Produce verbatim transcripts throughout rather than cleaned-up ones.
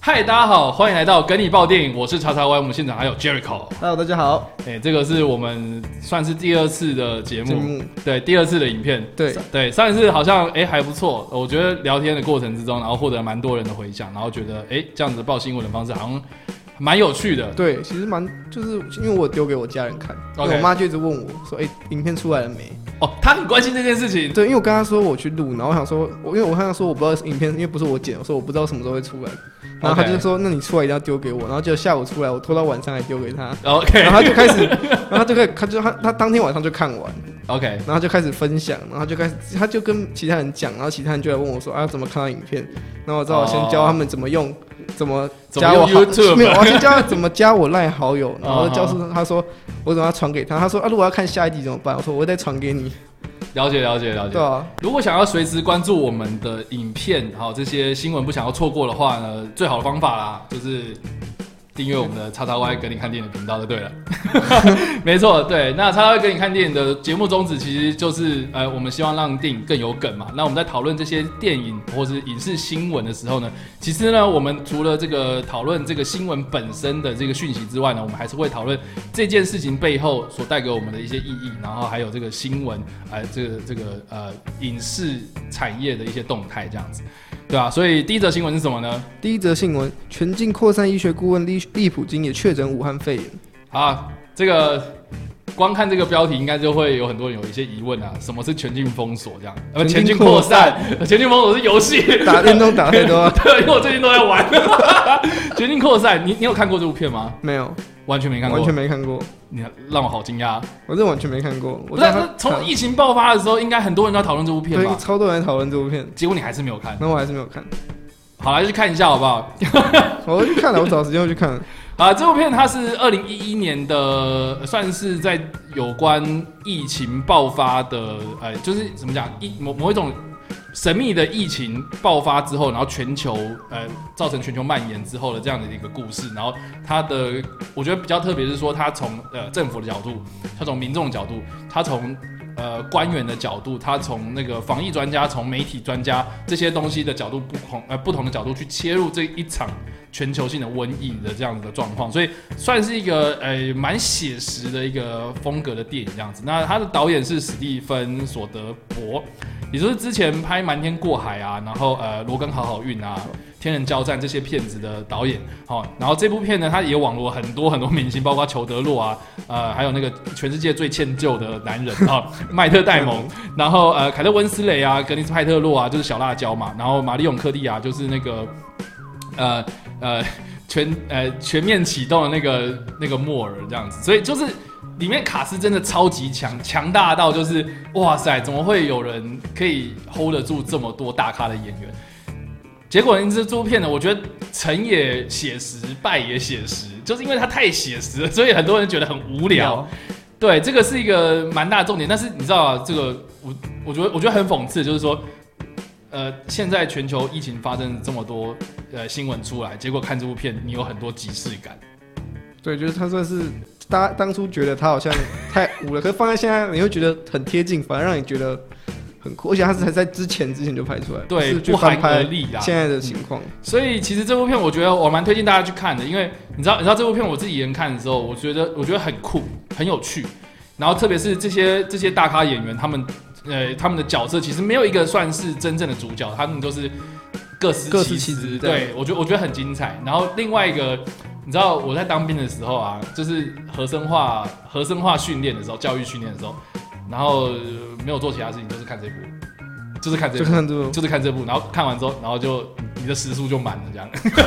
嗨，大家好，欢迎来到跟你报电影，我是叉叉 Y， 我们现场还有 Jericho。Hello， 大家好。 哎、欸，这个是我们算是第二次的节目，目对，第二次的影片。 对对，上一次好像哎、欸、还不错，我觉得聊天的过程之中，然后获得蛮多人的回响，然后觉得哎、欸、这样子的报新闻的方式好像蛮有趣的。 对，其实蛮就是因为我丢给我家人看， okay. 我妈就一直问我说：“哎、欸，影片出来了没？” 哦，她很关心这件事情。 对，因为我跟她说我去录，然后我想说，我因为我跟她说我不知道影片，因为不是我剪，我说我不知道什么时候会出来。然后她就说：“ okay. 那你出来一定要丢给我。”然后就下午出来，我拖到晚上还丢给她。 OK， 然后她就开始，然后她就开始，她就她她当天晚上就看完。 OK， 然后就开始分享，然后就开始，她就跟其他人讲，然后其他人就来问我说：“啊，怎么看到影片？”然后我知道我先教他们怎么用。Oh.怎么加我 YouTube？ 没有，我先教他怎么加我赖好友，然后教他说我怎么要传给他，他说啊，如果要看下一集怎么办？我说我会再传给你。 了解了解了解。 对啊， 如果想要随时关注我们的影片，好这些新闻不想要错过的话呢，最好的方法啦就是订阅我们的叉叉 Y 跟你看电影的频道就对了。没错，对，那叉叉 Y 跟你看电影的节目宗旨其实就是呃，我们希望让电影更有梗嘛。那我们在讨论这些电影或是影视新闻的时候呢，其实呢，我们除了这个讨论这个新闻本身的这个讯息之外呢，我们还是会讨论这件事情背后所带给我们的一些意义，然后还有这个新闻，呃，这个这个呃影视产业的一些动态这样子。对啊，所以第一则新闻是什么呢？ 第一则新闻，全境扩散医学顾问利普金也确诊武汉肺炎。 好，这个光看这个标题，应该就会有很多人有一些疑问啊，什么是全境封锁这样？呃，全境扩散，全境封锁是游戏， 打电动打太多。 对，因为我最近都在玩。全境扩散，你你有看过这部片吗？ 没有， 完全没看过， 完全没看过。 你让我好惊讶， 我真的完全没看过。 不是，从疫情爆发的时候，应该很多人都在讨论这部片吧？ 对，超多人在讨论这部片， 结果你还是没有看。 那我还是没有看。 好，来去看一下好不好？ 我会去看了，我找时间会去看。 啊，这部片它是二零一一年的，算是在有关疫情爆发的，呃，就是怎么讲，某某一种神秘的疫情爆发之后，然后全球呃造成全球蔓延之后的这样的一个故事。然后它的我觉得比较特别是说，它从呃政府的角度，它从民众的角度，它从呃官员的角度，它从那个防疫专家、从媒体专家这些东西的角度不同呃不同的角度去切入这一场全球性的瘟疫的这样子的状况，所以算是一个呃蛮写实的一个风格的电影这样子。那他的导演是史蒂芬·索德伯，也就是之前拍《瞒天过海》啊，然后呃《罗根好好运》啊、《天人交战》这些片子的导演。好、哦，然后这部片呢，他也网罗很多很多明星，包括裘德洛啊，呃，还有那个全世界最欠救的男人啊，麦特戴蒙，然后呃凯特温斯雷啊，格尼斯派特洛啊，就是小辣椒嘛，然后玛丽永科利亚就是那个呃。呃，全呃全面启动的那个那个莫尔这样子，所以就是里面卡斯真的超级强，强大到就是哇塞，怎么会有人可以 hold 得住这么多大咖的演员？结果这部片呢，我觉得成也写实，败也写实，就是因为它太写实了，所以很多人觉得很无聊。对，这个是一个蛮大的重点，但是你知道啊，这个我我觉得我觉得很讽刺，就是说。呃，现在全球疫情发生这么多呃新闻出来，结果看这部片，你有很多即视感。 对，就是他算是大家当初觉得他好像太无了，可是放在现在，你会觉得很贴近，反而让你觉得很酷，而且他是在之前之前就拍出来， 对，不寒而栗啦。 现在的情况、嗯， 所以其实这部片我觉得我蛮推荐大家去看的，因为你知道，你知道这部片我自己一人看的时候，我觉得我觉得很酷，很有趣，然后特别是这些这些大咖演员他们。呃，他们的角色其实没有一个算是真正的主角，他们都是各司其职。对，我觉得我觉得很精彩。然后另外一个，你知道我在当兵的时候啊，就是核生化核生化训练的时候，教育训练的时候，然后、呃、没有做其他事情，就是看这部，就是看这部， 就看这部， 就是看这部。然后看完之后，然后就你的时数就满了这样。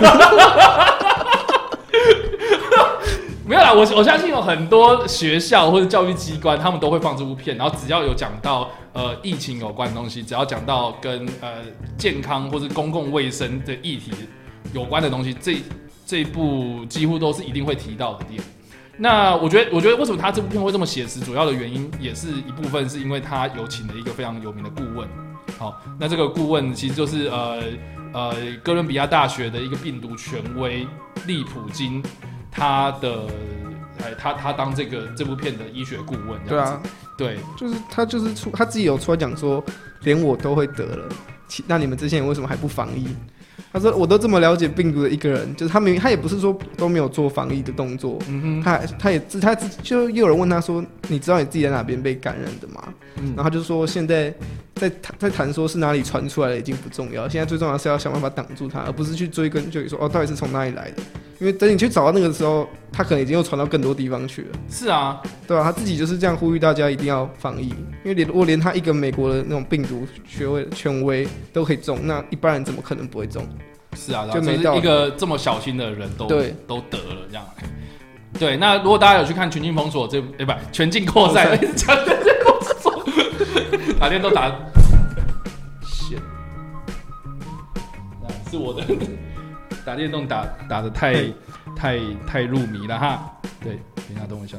没有啦，我我相信有很多学校或者教育机关，他们都会放这部片，然后只要有讲到呃疫情有关的东西，只要讲到跟呃健康或是公共卫生的议题有关的东西，这这一部几乎都是一定会提到的电影。那我觉得，我觉得为什么他这部片会这么写实，主要的原因也是一部分是因为他有请了一个非常有名的顾问。好，那这个顾问其实就是呃呃哥伦比亚大学的一个病毒权威利普金。他的，哎，他他当这个这部片的医学顾问， 对啊， 对， 就是他就是出他自己有出来讲说，连我都会得了，那你们这些人为什么还不防疫？ 他说我都这么了解病毒的一个人，就是他明他也不是说都没有做防疫的动作，嗯哼，他他也他自己就又有人问他说，你知道你自己在哪边被感染的吗？嗯、然后他就说现在在在谈说是哪里传出来的已经不重要，现在最重要的是要想办法挡住它，而不是去追根究底说哦到底是从哪里来的。因为等你去找到那个的时候，他可能已经又传到更多地方去了。 是啊， 对啊，他自己就是这样呼吁大家一定要防疫，因为连如果连他一个美国的那种病毒学位权威都可以中，那一般人怎么可能不会中？ 是啊，就没到一个这么小心的人都都得了这样。对，那如果大家有去看《全境封锁》这部，哎、欸、不，《全境扩散》一直讲全境扩散，打电动打，shit， 是我的。打电动打打的太太太入迷了哈，对，等一下等我一下，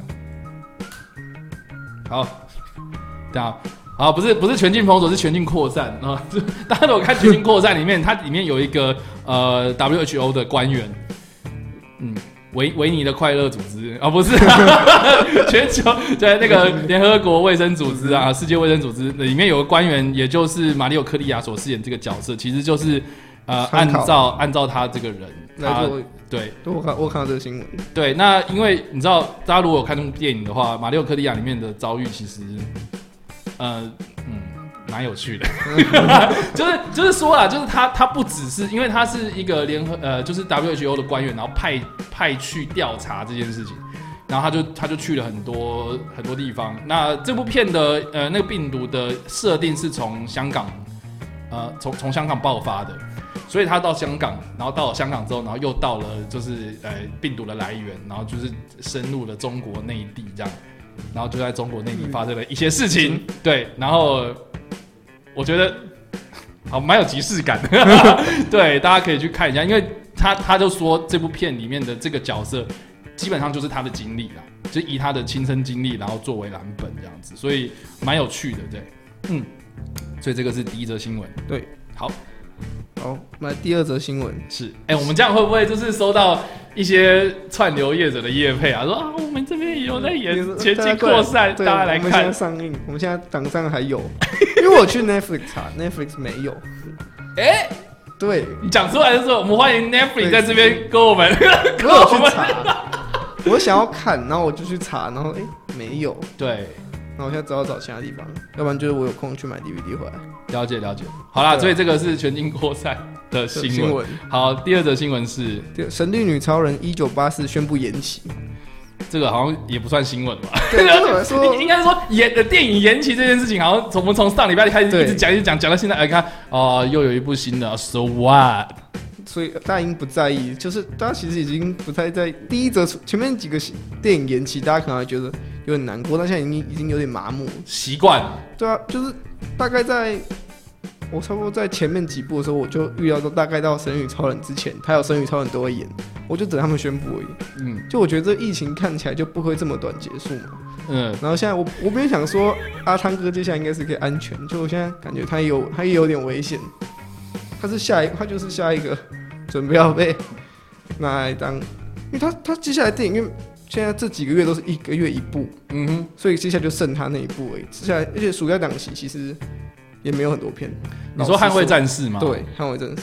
好，等下，好，不是不是全境封锁，是全境扩散啊！大家如果看全境扩散里面，它里面有一个呃 W H O 的官员，嗯，维维尼的快乐组织啊、哦，不是、啊，全球在那个联合国卫生组织啊，世界卫生组织里面有个官员，也就是马里奥科利亚所饰演这个角色，其实就是。呃，按照按照他这个人，他对， 我看我看到这个新闻， 对，那因为你知道，大家如果有看这部电影的话，《马里奥科利亚》里面的遭遇其实，呃，嗯，蛮有趣的，就是就是说啦，就是他他不只是因为他是一个联合呃，就是 W H O 的官员，然后派派去调查这件事情，然后他就他就去了很多很多地方。那这部片的呃那个病毒的设定是从香港，呃，从从香港爆发的。所以他到香港，然后到了香港之后，然后又到了就是呃病毒的来源，然后就是深入了中国内地这样，然后就在中国内地发生了一些事情，嗯、对，然后我觉得好蛮有即视感的，对，大家可以去看一下，因为他他就说这部片里面的这个角色基本上就是他的经历啦，就以他的亲身经历然后作为蓝本这样子，所以蛮有趣的，对，嗯，所以这个是第一则新闻， 对， 好。 好，那第二则新闻是，哎、欸，我们这样会不会就是收到一些串流业者的业配啊？说啊，我们这边也有在演《全境扩散》，大家来看。我们现在上映，我们现在档上还有，因为我去 Netflix 查 ，Netflix 没有。哎、欸，对， 你讲出来的时候，我们欢迎 Netflix 在这边跟我们， 跟我去查。我想要看，然后我就去查，然后哎、欸，没有。 对。 那我现在只好找其他地方，要不然就是我有空去买 D V D 回来。 了解了解，好啦，所以这个是全境扩散的新闻。新闻好，第二则新闻是 《神力女超人》一九八四宣布延期。 这个好像也不算新闻吧？ 对，来说应该说延的电影延期这件事情，好像从我们从上礼拜开始一直讲一直讲讲到现在，哎，看哦、呃，又有一部新的 ，So what？ 所以大家已经不在意，就是大家其实已经不太在第一则前面几个电影延期，大家可能还觉得有点难过，但现在已经已经有点麻木习惯。 对啊，就是大概在我差不多在前面几部的时候，我就预料到大概到《神与超人》之前，还有《神与超人》都会演，我就等他们宣布而已。嗯，就我觉得这疫情看起来就不会这么短结束嘛。嗯，然后现在我我本来想说阿汤哥接下来应该是可以安全，就我现在感觉他有他也有点危险。他是下一，他就是下一个准备要被拿来当，因为他他接下来电影，因为现在这几个月都是一个月一部，嗯哼，所以接下来就剩他那一部而已。接下来，而且暑假档期其实也没有很多片。 你说《捍卫战士》吗？ 对，《捍卫战士》，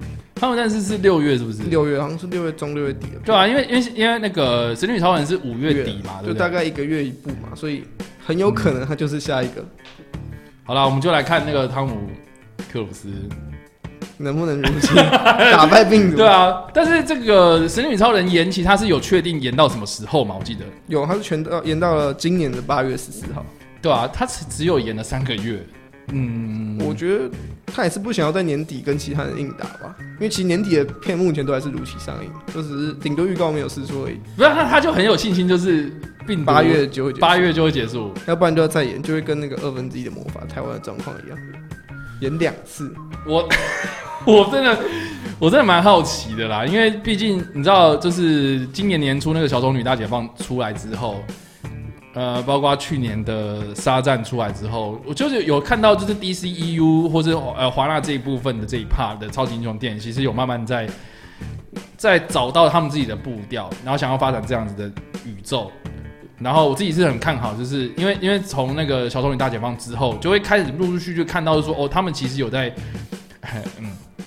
《捍卫战士》是六月是不是？ 六月好像是六月中六月底的。 对啊，因为因为因为那个《神女超人》是五月底嘛，对不对？ 就大概一个月一部嘛，所以很有可能他就是下一个。 嗯、好啦，我们就来看那个汤姆克鲁斯。 能不能如期打败病毒？ 对啊，但是这个《神女超人》延期，它是有确定延到什么时候吗？我记得有，它是全到延到了今年的八月十四号。 对啊，它只有延了三个月。嗯， 我觉得他也是不想要在年底跟其他人硬打吧，因为其实年底的片目前都还是如期上映，就只是顶多预告没有释出而已。 不是他，他就很有信心，就是病毒八月就会八月就会结束， 要不然就要再演，就会跟那个二分之一的魔法台湾的状况一样，演两次。 我。我真的，我真的蛮好奇的啦，因为毕竟你知道，就是今年年初那个小丑女大解放出来之后，呃，包括去年的沙赞出来之后，我就是有看到，就是 D C E U 或者呃华纳这一部分的这一 part 的超级英雄电影，其实有慢慢在在找到他们自己的步调，然后想要发展这样子的宇宙。然后我自己是很看好，就是因为因为从那个小丑女大解放之后，就会开始陆陆续续看到说，哦，他们其实有在，嗯。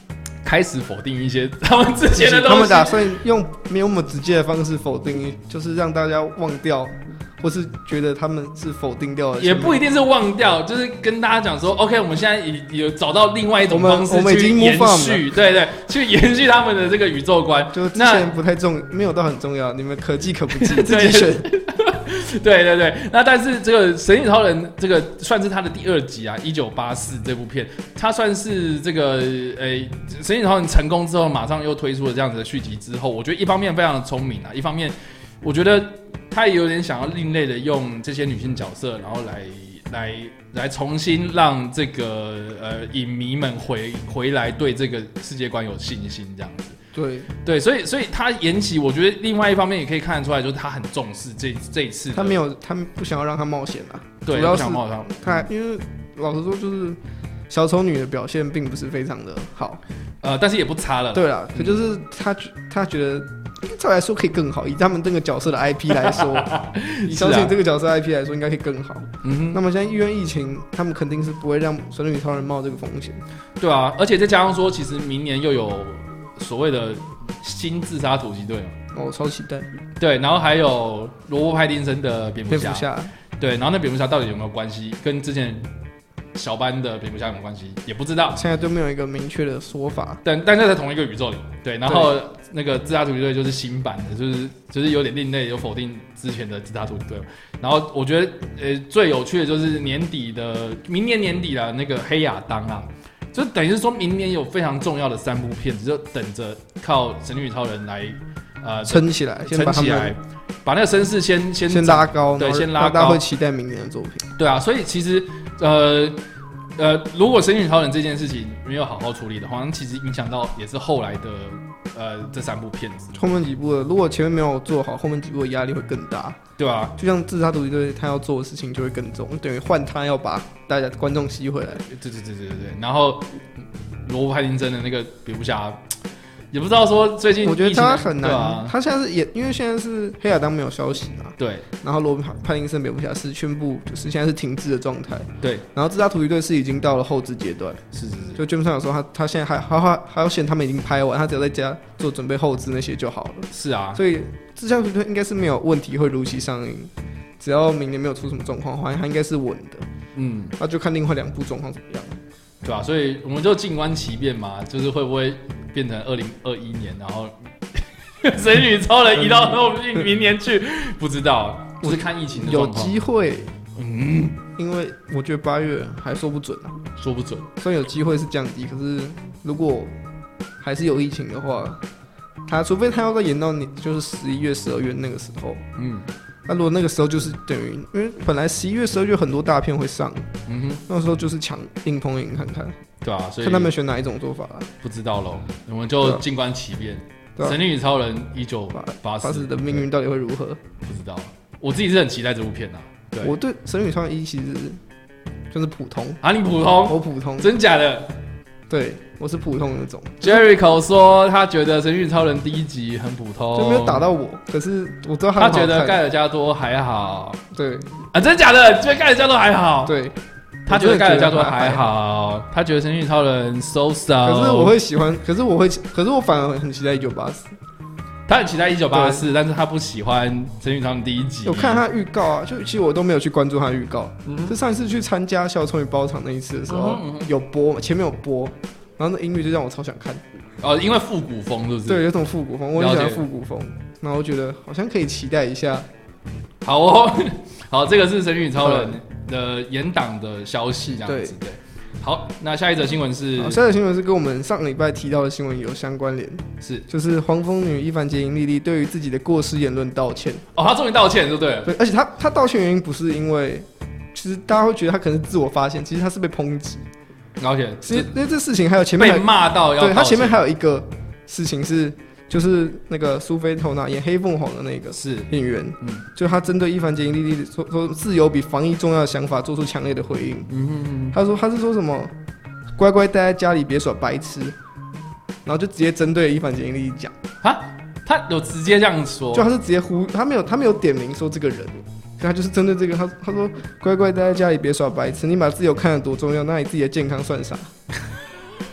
开始否定一些他们之前的东西。 他们打算用没有那么直接的方式否定，就是让大家忘掉，或是觉得他们是否定掉的。 也不一定是忘掉，就是跟大家讲说 ，OK， 我们现在有找到另外一种方式去延续，对对，去延续他们的这个宇宙观。 就之前不太重，没有到很重要，你们可记可不记，自己选。 对对对，那但是这个《神力超人》这个算是他的第二集啊，一九八四这部片，他算是这个诶，《神力超人》成功之后，马上又推出了这样子的续集之后，我觉得一方面非常的聪明啊，一方面我觉得他也有点想要另类的用这些女性角色，然后来来来重新让这个呃影迷们回回来对这个世界观有信心，这样子。 对对，所以所以他延期，我觉得另外一方面也可以看得出来，就是他很重视这这一次。 他没有，他不想要让他冒险啊。 对， 主要是不想冒险。 他因为老实说，就是小丑女的表现并不是非常的好， 呃，但是也不差了。 对啦，可就是他他觉得。照来说可以更好，以他们这个角色的 I P 来说，以小丑这个角色的 I P 来说，应该可以更好。嗯哼，那么现在因为疫情，他们肯定是不会让神力女超人冒这个风险。 对啊，而且再加上说，其实明年又有所谓的新自杀突击队嘛。 哦，超期待。 对，然后还有罗伯·派丁森的蝙蝠侠。 蝙蝠侠。对， 然后那蝙蝠侠到底有没有关系？跟之前小班的蝙蝠侠有没有关系？也不知道。 现在都没有一个明确的说法。 但但是在同一个宇宙里，对，然后。那个自杀突击队就是新版的，就是就是有点另类，有否定之前的自杀突击队。然后我觉得，呃，最有趣的就是年底的，明年年底的那个黑亚当啊，就等于是说明年有非常重要的三部片子，就等着靠神力女超人来，呃， 撑起来， 撑起来，把那个声势先先先拉高， 对，先拉高， 大家会期待明年的作品。 对啊，所以其实，呃。呃，如果神力女超人这件事情没有好好处理的话，那其实影响到也是后来的呃这三部片子。 后面几部的，如果前面没有做好，后面几部的压力会更大， 对啊， 就像自杀突击队他要做的事情就会更重，等于换他要把大家观众吸回来。 对对对对对对。然后罗伯·派丁森的那个蝙蝠侠。也不知道说最近， 我觉得他很难。 啊、 他现在是也因为现在是黑亚当没有消息嘛， 对。然后罗伯·派丁森蝙蝠侠是宣布就是现在是停滞的状态， 对。 然后自杀突击队是已经到了后置阶段， 是是是。 就基本上有时候他他现在还还还还要显他们已经拍完，他只要在家做准备后置那些就好了。 是啊。 所以自杀突击队应该是没有问题会如期上映，只要明年没有出什么状况的话，他应该是稳的。嗯。那就看另外两部状况怎么样。 对啊，所以我们就静观其变嘛，就是会不会变成二零二一年，然后神女超人移到明年去，不知道，就是看疫情的状况。 有机会，嗯，因为我觉得八月还说不准啊， 说不准。 虽然有机会是降低，可是如果还是有疫情的话，他除非他要再延到你就是十一月、十二月那个时候，嗯。那、啊、如果那个时候就是等于，因为本来十一月、十二月很多大片会上，嗯哼，那时候就是抢硬碰硬看看， 对啊，所以看他们选哪一种做法、啊， 不知道喽，我们就静观其变。啊、神力女超人一九八四的命运到底会如何？ 不知道，我自己是很期待这部片啊。对， 我对神力女超人一其实就是普通啊，你普通， 我普通， 真假的？ 对，我是普通那种。 Jericho 说他觉得《神力女超人》第一集很普通， 就没有打到我。可是我知道他他觉得盖尔加多还好。 对啊，真假的？觉得盖尔加多还好？ 对， 他觉得盖尔加多还好。他觉得《神力女超人》so so。 可是我会喜欢，可是我会，可是我反而很期待一九八四。 他很期待一九八四，但是他不喜欢《神力女超人》第一集。 我看他预告啊，就其实我都没有去关注他的预告。嗯，就上一次去参加小丑女包场那一次的时候，嗯、有播，前面有播，然后那音乐就让我超想看。 哦，因为复古风是不是？ 对，有种复古风，我很喜欢复古风。然后我觉得好像可以期待一下。 好哦，好，这个是《神力女超人》的延档的消息，这样子对。好，那下一则新闻是， 下一则新闻是跟我们上礼拜提到的新闻有相关联， 是就是黄蜂女伊凡洁琳莉莉对于自己的过失言论道歉。 哦，她终于道歉，对不对？ 对，而且她她道歉原因不是因为，其实大家会觉得她可能是自我发现，其实她是被抨击。 了解， 其实因为这事情还有前面被骂到要道歉， 对，她前面还有一个事情是。就是那个苏菲透娜演黑凤凰的那个是演员，嗯，就他针对伊凡洁琳莉莉说说自由比防疫重要的想法做出强烈的回应。嗯哼哼，他说他是说什么乖乖待在家里别耍白痴，然后就直接针对伊凡洁琳莉莉讲啊，他有直接这样说， 就他是直接呼，他没有他没有点名说这个人，他就是针对这个，他他说乖乖待在家里别耍白痴，你把自由看得多重要，那你自己的健康算啥？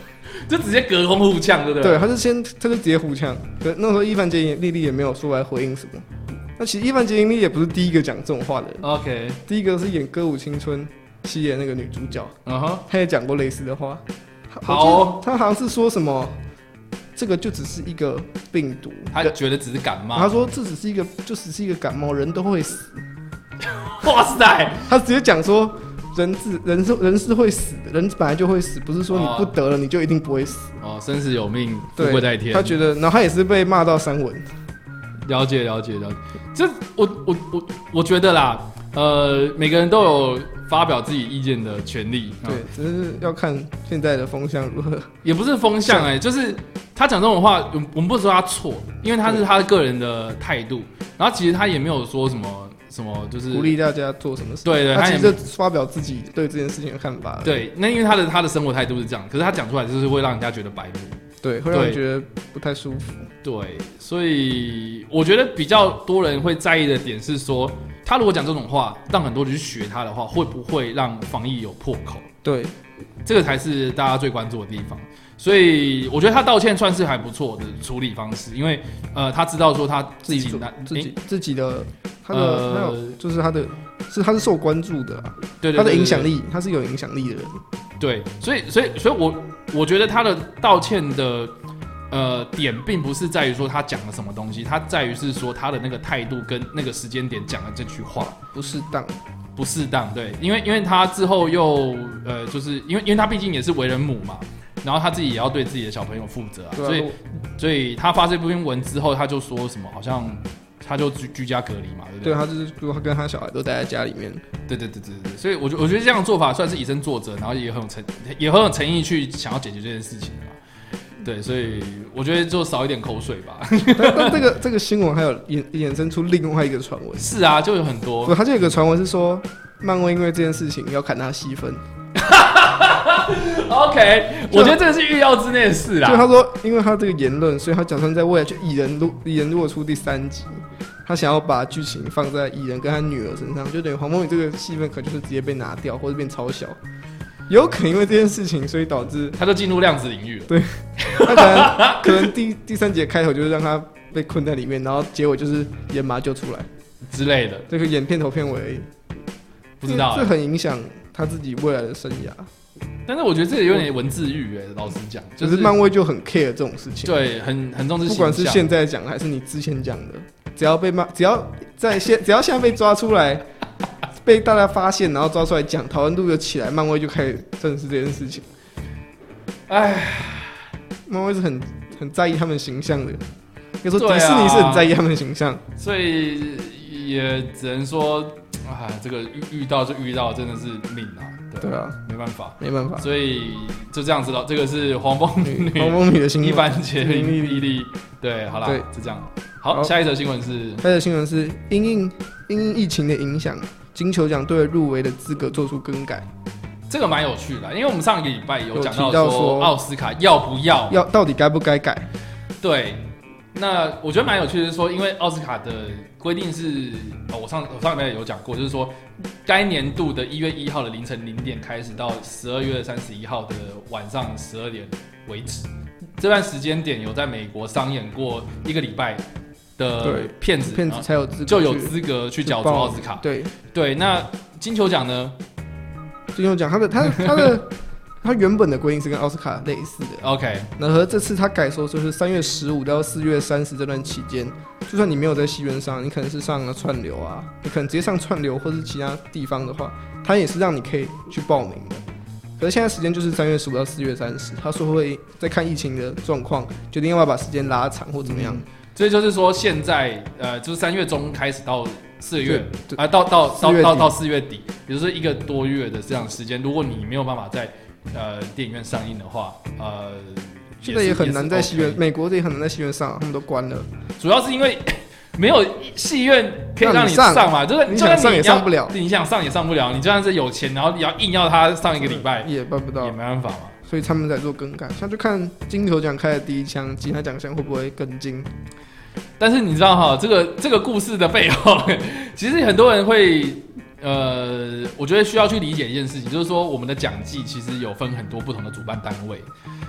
就直接隔空互呛，对不对？ 对，他是先他就直接互呛。对，那时候伊凡杰莉莉也没有出来回应什么。那其实伊凡杰莉莉也不是第一个讲这种话的人。 OK， 第一个是演《歌舞青春》系列那个女主角，嗯哼，她也讲过类似的话。好、哦，她好像是说什么，这个就只是一个病毒， 她觉得只是感冒。 她说这只是一个，就只是一个感冒，人都会死。 哇塞！ 她直接讲说。人是人是人是会死的，人本来就会死，不是说你不得了你就一定不会死。 哦，生死有命，富贵在天。 他觉得，然后他也是被骂到删文。 了解了解了解，这我我我我觉得啦，呃，每个人都有发表自己意见的权利。 对，只是要看现在的风向如何。 也不是风向哎、欸，就是他讲这种话，我们不说他错，因为他是他个人的态度。然后其实他也没有说什么。什么就是鼓励大家做什么事？ 对对， 他其实发表自己对这件事情的看法。 对，那因为他的他的生活态度是这样，可是他讲出来就是会让人家觉得白目， 对，会让人觉得不太舒服。 对，所以我觉得比较多人会在意的点是说，他如果讲这种话，让很多人去学他的话，会不会让防疫有破口？ 对， 这个才是大家最关注的地方。所以我觉得他道歉算是还不错的处理方式，因为呃，他知道说他自己自己自己的。他的、呃、还有就是他的，是他是受关注的、啊， 对对对对对， 他的影响力，他是有影响力的人， 对，所以所以所以我我觉得他的道歉的呃点，并不是在于说他讲了什么东西，他在于是说他的那个态度跟那个时间点讲的这句话不适当， 不适当，对，因为因为他之后又呃，就是因为因为他毕竟也是为人母嘛。然后他自己也要对自己的小朋友负责啊，啊所以所以他发这篇文之后，他就说什么好像他就居居家隔离嘛，对不对？ 对，他就是说他跟他小孩都待在家里面。 对对对对对，所以我觉我觉得这样的做法算是以身作则，然后也很有诚也很有诚意去想要解决这件事情嘛。对，所以我觉得就少一点口水吧。 但但这个这个新闻还有衍衍生出另外一个传闻。 是啊，就有很多。 他就有一个传闻是说，漫威因为这件事情要砍他戏份。 OK， 我觉得这个是预料之内的事啦。 就他说，因为他这个言论，所以他打算在未来就蚁人蚁人如果出第三集，他想要把剧情放在蚁人跟他女儿身上，就等于黄蜂女这个戏份可就是直接被拿掉或者变超小。有可能因为这件事情，所以导致他就进入量子领域了。 对，他可能可能第第三集的开头就是让他被困在里面，然后结尾就是演马就出来之类的， 这个演片头片尾而已， 不知道、欸、 这很影响他自己未来的生涯。 但是我觉得这个有点文字狱哎、欸，老实讲， 就是、就是漫威就很 care 这种事情， 对，很很重视形象， 不管是现在讲的还是你之前讲的，只要被骂，只要在现，只要现在被抓出来，被大家发现，然后抓出来讲，讨论度就起来，漫威就开始正视这件事情。哎，漫威是很很在意他们形象的，应该说迪士尼是很在意他们的形象， 啊、所以也只能说，啊，这个遇遇到就遇到，真的是命啊。 对, 对啊， 没办法， 没办法， 所以就这样子了。这个是黄蜂女， 黄蜂女的新闻， 一番杰林霹雳。对，好啦，对，就这样。好，好下一则新闻是， 下一则新闻是因应因应疫情的影响，金球奖对入围的资格做出更改。 这个蛮有趣的，因为我们上一个礼拜有讲到说奥斯卡要不要， 要到底该不该改？ 对。那我觉得蛮有趣的是说，因为奥斯卡的规定是，哦、我上我上礼拜有讲过，就是说该年度的一月一号的凌晨零点开始到十二月三十一号的晚上十二点为止，这段时间点有在美国上演过一个礼拜的片子， 片子才有资格就有资格去角逐奥斯卡。 对对，那金球奖呢？ 金球奖它的它它的。它原本的规定是跟奥斯卡类似的 ，OK。 那和这次它改说就是三月十五到四月三十这段期间，就算你没有在戏院上，你可能是上了串流啊，你可能直接上串流或是其他地方的话，它也是让你可以去报名的。可是现在时间就是三月十五到四月三十，他说会再看疫情的状况，决定要不要把时间拉长或怎么样。嗯、 所以就是说现在呃，就是三月中开始到四月啊、呃，到到到到到四月底，也就是一个多月的这样的时间，如果你没有办法在呃，电影院上映的话，呃， 现在也很难在戏院，美国也很难在戏院上、啊，他们都关了。 主要是因为没有戏院可以让你上嘛，就是你想上也上不了， 你想上也上不了。你就算是有钱，然后你要硬要他上一个礼拜， 也办不到， 也没办法嘛。 所以他们在做更改，像就看金球奖开的第一枪，其他奖项会不会跟进。 但是你知道哈，这个这个故事的背后，其实很多人会。呃，我觉得需要去理解一件事情，就是说我们的奖季其实有分很多不同的主办单位，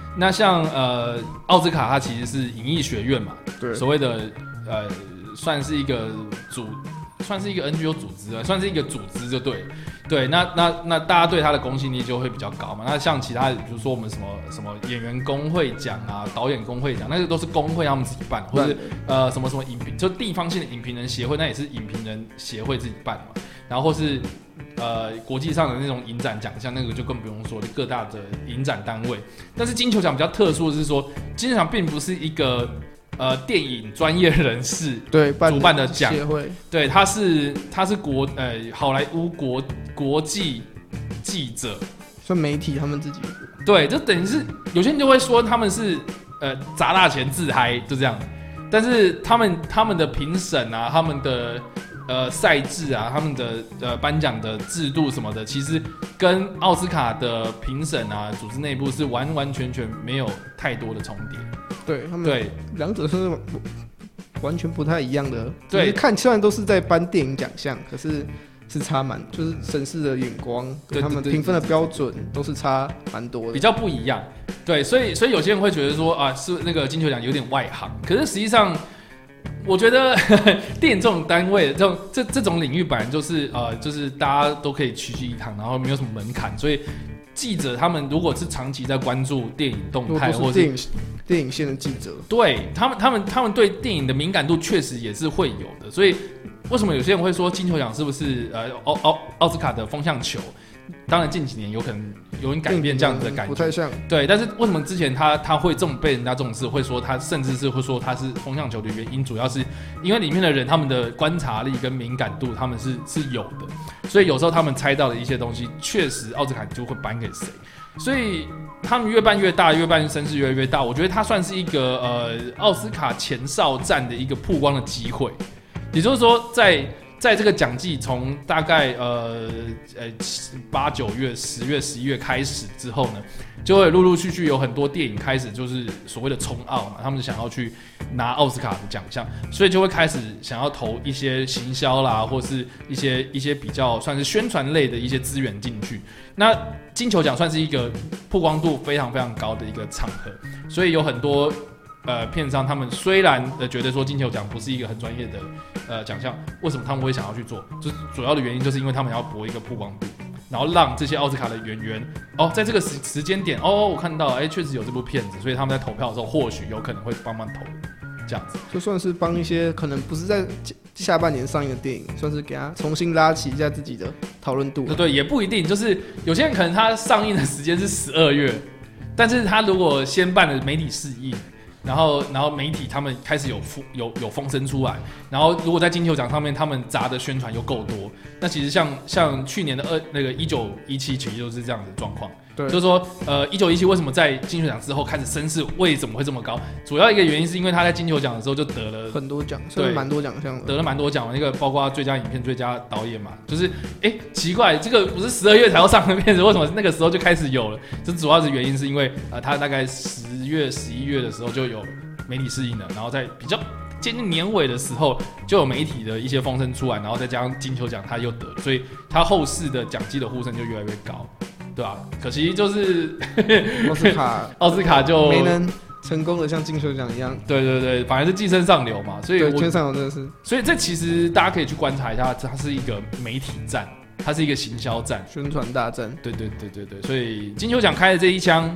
那像呃奥斯卡，它其实是影艺学院嘛， 对， 所谓的呃算是一个组，算是一个 N G O 组织啊，算是一个组织就对了。对，那那那大家对他的公信力就会比较高嘛。那像其他，比如说我们什么什么演员工会奖啊、导演工会奖，那个都是工会他们自己办，或是呃什么什么影评，就地方性的影评人协会，那也是影评人协会自己办嘛。然后或是呃国际上的那种影展奖项，那个就更不用说各大的影展单位。但是金球奖比较特殊的是说，金球奖并不是一个呃电影专业人士对主办的奖协会， 对，它是它是国呃好莱坞国国际记者， 算媒体他们自己， 对，就等于是有些人就会说他们是呃砸大钱自嗨，就这样。但是他们他们的评审啊，他们的呃赛制啊，他们的呃颁奖的制度什么的，其实跟奥斯卡的评审啊组织内部是完完全全没有太多的重叠。 对他们对两者是完全不太一样的。 对， 看虽然都是在颁电影奖项，可是是差蛮，就是审视的眼光跟他们评分的标准都是差蛮多的， 比较不一样。对，所以所以有些人会觉得说啊，是那个金球奖有点外行，可是实际上。我觉得呵呵电影这种单位，这种这这种领域本来就是呃，就是大家都可以齐聚一堂，然后没有什么门槛，所以记者他们如果是长期在关注电影动态，或者电影电影线的记者， 对他们他们他们对电影的敏感度确实也是会有的。所以为什么有些人会说金球奖是不是呃奥奥奥斯卡的风向球？当然近几年有可能有点改变这样子的感觉， 不太像。 对，但是为什么之前他他会这么被人家重视？会说他甚至是会说他是风向球的原因，主要是因为里面的人他们的观察力跟敏感度他们是是有的，所以有时候他们猜到的一些东西，确实奥斯卡就会颁给谁。所以他们越办越大，越办声势越来越大。我觉得它算是一个呃奥斯卡前哨战的一个曝光的机会，也就是说在。在这个奖季从大概呃呃八九月、十月、十一月开始之后呢，就会陆陆续续有很多电影开始就是所谓的冲奥嘛，他们想要去拿奥斯卡的奖项，所以就会开始想要投一些行销啦，或是一些一些比较算是宣传类的一些资源进去。那金球奖算是一个曝光度非常非常高的一个场合，所以有很多。呃，片商他们虽然呃觉得说金球奖不是一个很专业的呃奖项，为什么他们会想要去做？就是主要的原因就是因为他们要博一个曝光度，然后让这些奥斯卡的演员哦，在这个时时间点哦，我看到哎，确实有这部片子，所以他们在投票的时候或许有可能会帮忙投这样子， 就算是帮一些可能不是在下半年上映的电影，算是给他重新拉起一下自己的讨论度。 对对，也不一定，就是有些人可能他上映的时间是十二月，但是他如果先办了媒体试映。然后，然后媒体他们开始有有有风声出来，然后如果在金球奖上面他们砸的宣传又够多，那其实像像去年的二那个一九一七其实就是这样的状况。对，就是说，呃，一九一七为什么在金球奖之后开始声势为什么会这么高？主要一个原因是因为他在金球奖的时候就得了很多奖，对，蛮多奖项的， 得了蛮多奖。那个包括最佳影片、最佳导演嘛，就是哎奇怪，这个不是十二月才要上的片子，为什么那个时候就开始有了？这主要的原因是因为呃，他大概十月、十一月的时候就有媒体试映了，然后在比较接近年尾的时候，就有媒体的一些风声出来，然后再加上金球奖他又得了，所以他后世的奖季的呼声就越来越高。对啊，可惜就是奥斯卡， 奥斯卡就没能成功的像金球奖一样。 对对对，反而是寄生上流嘛，所以对，寄生上流真的是。 所以这其实大家可以去观察一下，它是一个媒体战，它是一个行销战、 宣传大战。 对对对对对，所以金球奖开的这一枪，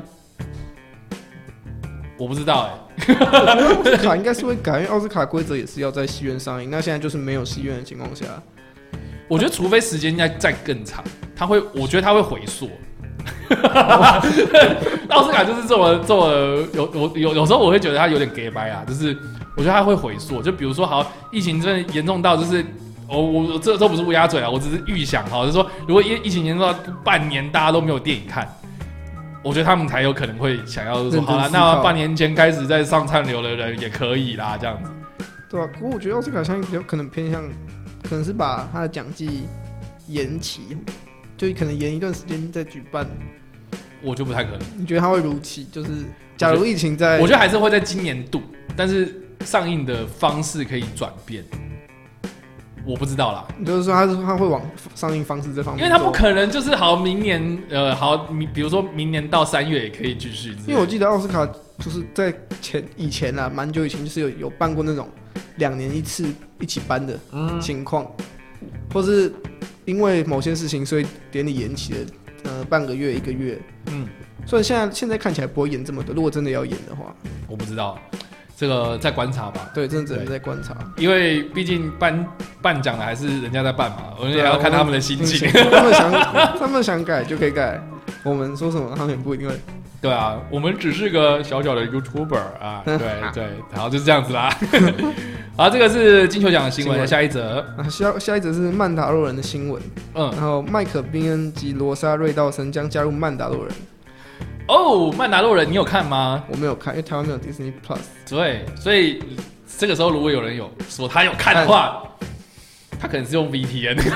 我不知道哎、欸。 奥斯卡应该是会改，因为奥斯卡规则也是要在戏院上映，那现在就是没有戏院的情况下。 我觉得，除非时间应该再更长，他会，我觉得他会回溯。奥斯卡就是这么这么有我有有时候我会觉得他有点 gay 掰啊，就是我觉得他会回溯。就比如说，好，疫情真的严重到就是，哦，我这都不是乌鸦嘴啊，我只是预想哈，就是说，如果疫疫情严重到半年大家都没有电影看，我觉得他们才有可能会想要说，好啦，那半年前开始在上串流的人也可以啦，这样子。 对啊，不过我觉得奥斯卡相比较可能偏向。可能是把他的奖季延期，就可能延一段时间再举办。 我就不太可能。 你觉得他会如期？就是假如疫情在， 我觉得还是会在今年度，但是上映的方式可以转变。 我不知道啦。 就是说他是他会往上映方式这方面， 因为他不可能就是好明年呃好，比如说明年到三月也可以继续。 因为我记得奥斯卡就是在前以前啊，蛮久以前就是有有办过那种两年一次一起颁的情况，嗯、或是因为某些事情所以典礼延期了，呃半个月一个月。嗯，所以现在现在看起来不会演这么多。如果真的要演的话， 我不知道。这个再观察吧， 对，真的只能再观察， 因为毕竟颁颁奖的还是人家在办嘛，我们也要看他们的心情。 他们想，他们想改就可以改，我们说什么他们也不一定会。 对啊，我们只是个小小的 YouTuber 啊，对对，然后就是这样子啦。好，这个是金球奖的新闻，下一则。 啊，下下一则是曼达洛人的新闻，嗯，然后麦克宾恩及罗莎瑞道森将加入曼达洛人。 哦，曼达洛人你有看吗？ 我没有看，因为台湾没有 Disney Plus。 对，所以这个时候如果有人有说他有看的话，他可能是用 V P N。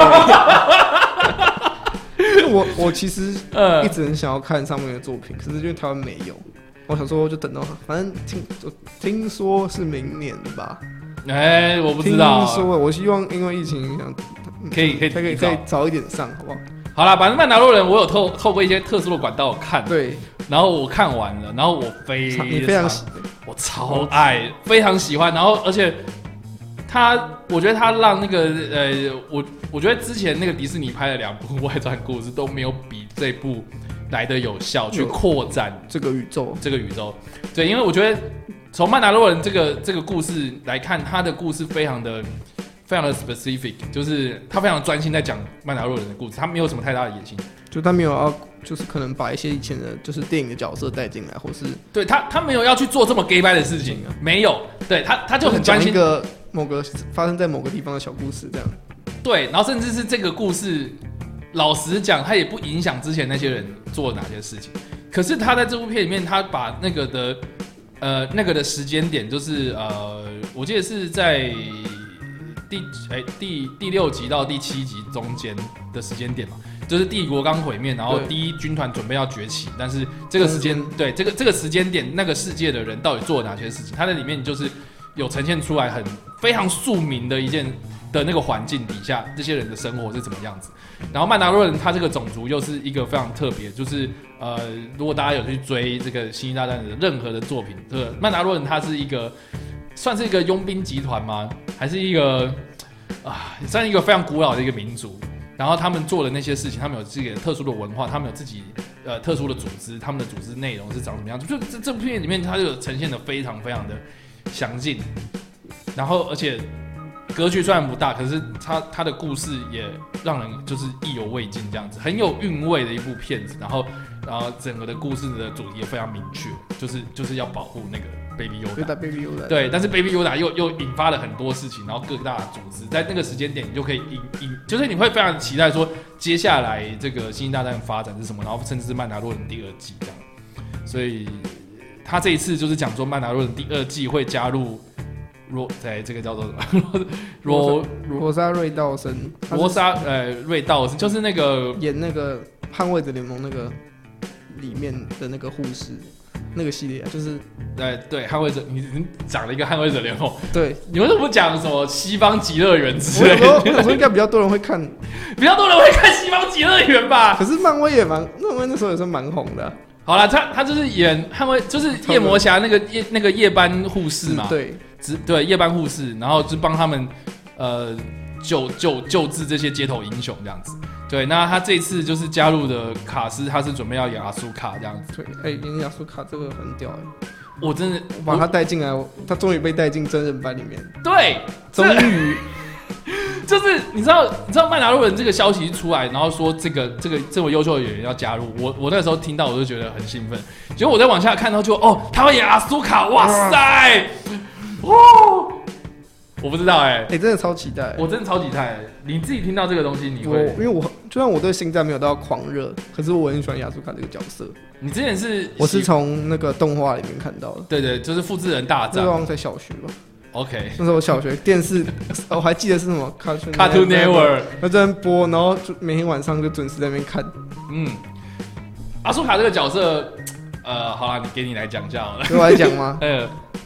我我其实一直很想要看上面的作品，可是因为台湾没有，我想说就等到，反正听听说是明年吧。 哎、欸，我不知道。 听说，我希望因为疫情影响， 可以可以可以可以早一点上，好不好？ 好啦，反正曼达洛人我有透透过一些特殊的管道看， 对， 然后我看完了，然后我非常你非常喜， 我超爱，非常喜欢，然后而且他，我觉得他让那个呃，我我觉得之前那个迪士尼拍的两部外传故事都没有比这部来的有效去扩展这个宇宙， 这个宇宙，对，因为我觉得从曼达洛人这个这个故事来看，他的故事非常的。非常的 specific， 就是他非常专心在讲曼达洛人的故事，他没有什么太大的野心， 就他没有要，就是可能把一些以前的，就是电影的角色带进来，或是对他他没有要去做这么 gay bye 的事情，没有，对他他就很专心一个某个发生在某个地方的小故事这样， 对，然后甚至是这个故事，老实讲，他也不影响之前那些人做哪些事情，可是他在这部片里面，他把那个的呃那个的时间点，就是呃，我记得是在。第哎第第六集到第七集中间的时间点嘛，就是帝国刚毁灭，然后第一军团准备要崛起，但是这个时间对这个这个时间点，那个世界的人到底做了哪些事情？它在里面就是有呈现出来很非常庶民的一件的那个环境底下，这些人的生活是怎么样子。然后曼达洛人他这个种族又是一个非常特别，就是呃，如果大家有去追这个《星际大战》的任何的作品，这个曼达洛人他是一个。算是一个佣兵集团吗？还是一个啊，算是一个非常古老的一个民族。然后他们做的那些事情，他们有自己的特殊的文化，他们有自己呃特殊的组织，他们的组织内容是长什么样子？就这这部片里面，它就呈现的非常非常的详尽。然后而且格局虽然不大，可是它它的故事也让人就是意犹未尽，这样子很有韵味的一部片子。然后然后整个的故事的主题也非常明确，就是就是要保护那个。Baby Yoda， Yoda 对，但是 Baby Yoda 又又引发了很多事情，然后各大组织在那个时间点，你就可以引引，就是你会非常期待说接下来这个星际大战发展是什么，然后甚至是曼达洛人第二季这样。所以他这一次就是讲说曼达洛人第二季会加入罗，在这个叫做什么罗罗莎瑞道森， 罗莎呃瑞道森就是那个演那个捍卫者联盟那个里面的那个护士。那个系列、啊、就是， 对对，捍卫者，你你讲了一个捍卫者联盟， 对， 你为什么不讲什么西方极乐园之类的？ 我想说应该比较多人会看， 比较多人会看西方极乐园吧？ 可是漫威也蛮，漫威那时候也是蛮红的、啊。 好啦，他他就是演捍卫，就是夜魔侠那个夜那个夜班护士嘛， 对， 对夜班护士，然后就帮他们呃救救救治这些街头英雄这样子。对，那他这次就是加入的卡斯，他是准备要演阿苏卡这样子。 对，哎、欸，演阿苏卡这个很屌哎！ 我真的我把他带进来，他终于被带进真人版里面。 对， 终于， 就是你知道，你知道曼达洛人这个消息一出来，然后说这个这个这么优秀的演员要加入，我我那时候听到我就觉得很兴奋。结果我再往下看到就哦，他会演阿苏卡，哇塞，哦！我不知道哎、欸， 哎、欸，真的超期待， 我真的超期待。你自己听到这个东西，你会？ 因为我就算我对星战没有到狂热，可是我很喜欢亚苏卡这个角色。 你之前是？ 我是从那个动画里面看到的。 对对，就是复制人大战。 那时候在小学吧。 OK， 那时候我小学电视，我还记得是什么 Cartoon Cartoon Network， 那在那播，然后就每天晚上就准时在那边看。 嗯，阿苏卡这个角色，呃，好啦，你给你来讲一下好了。 给我来讲吗？ 呃，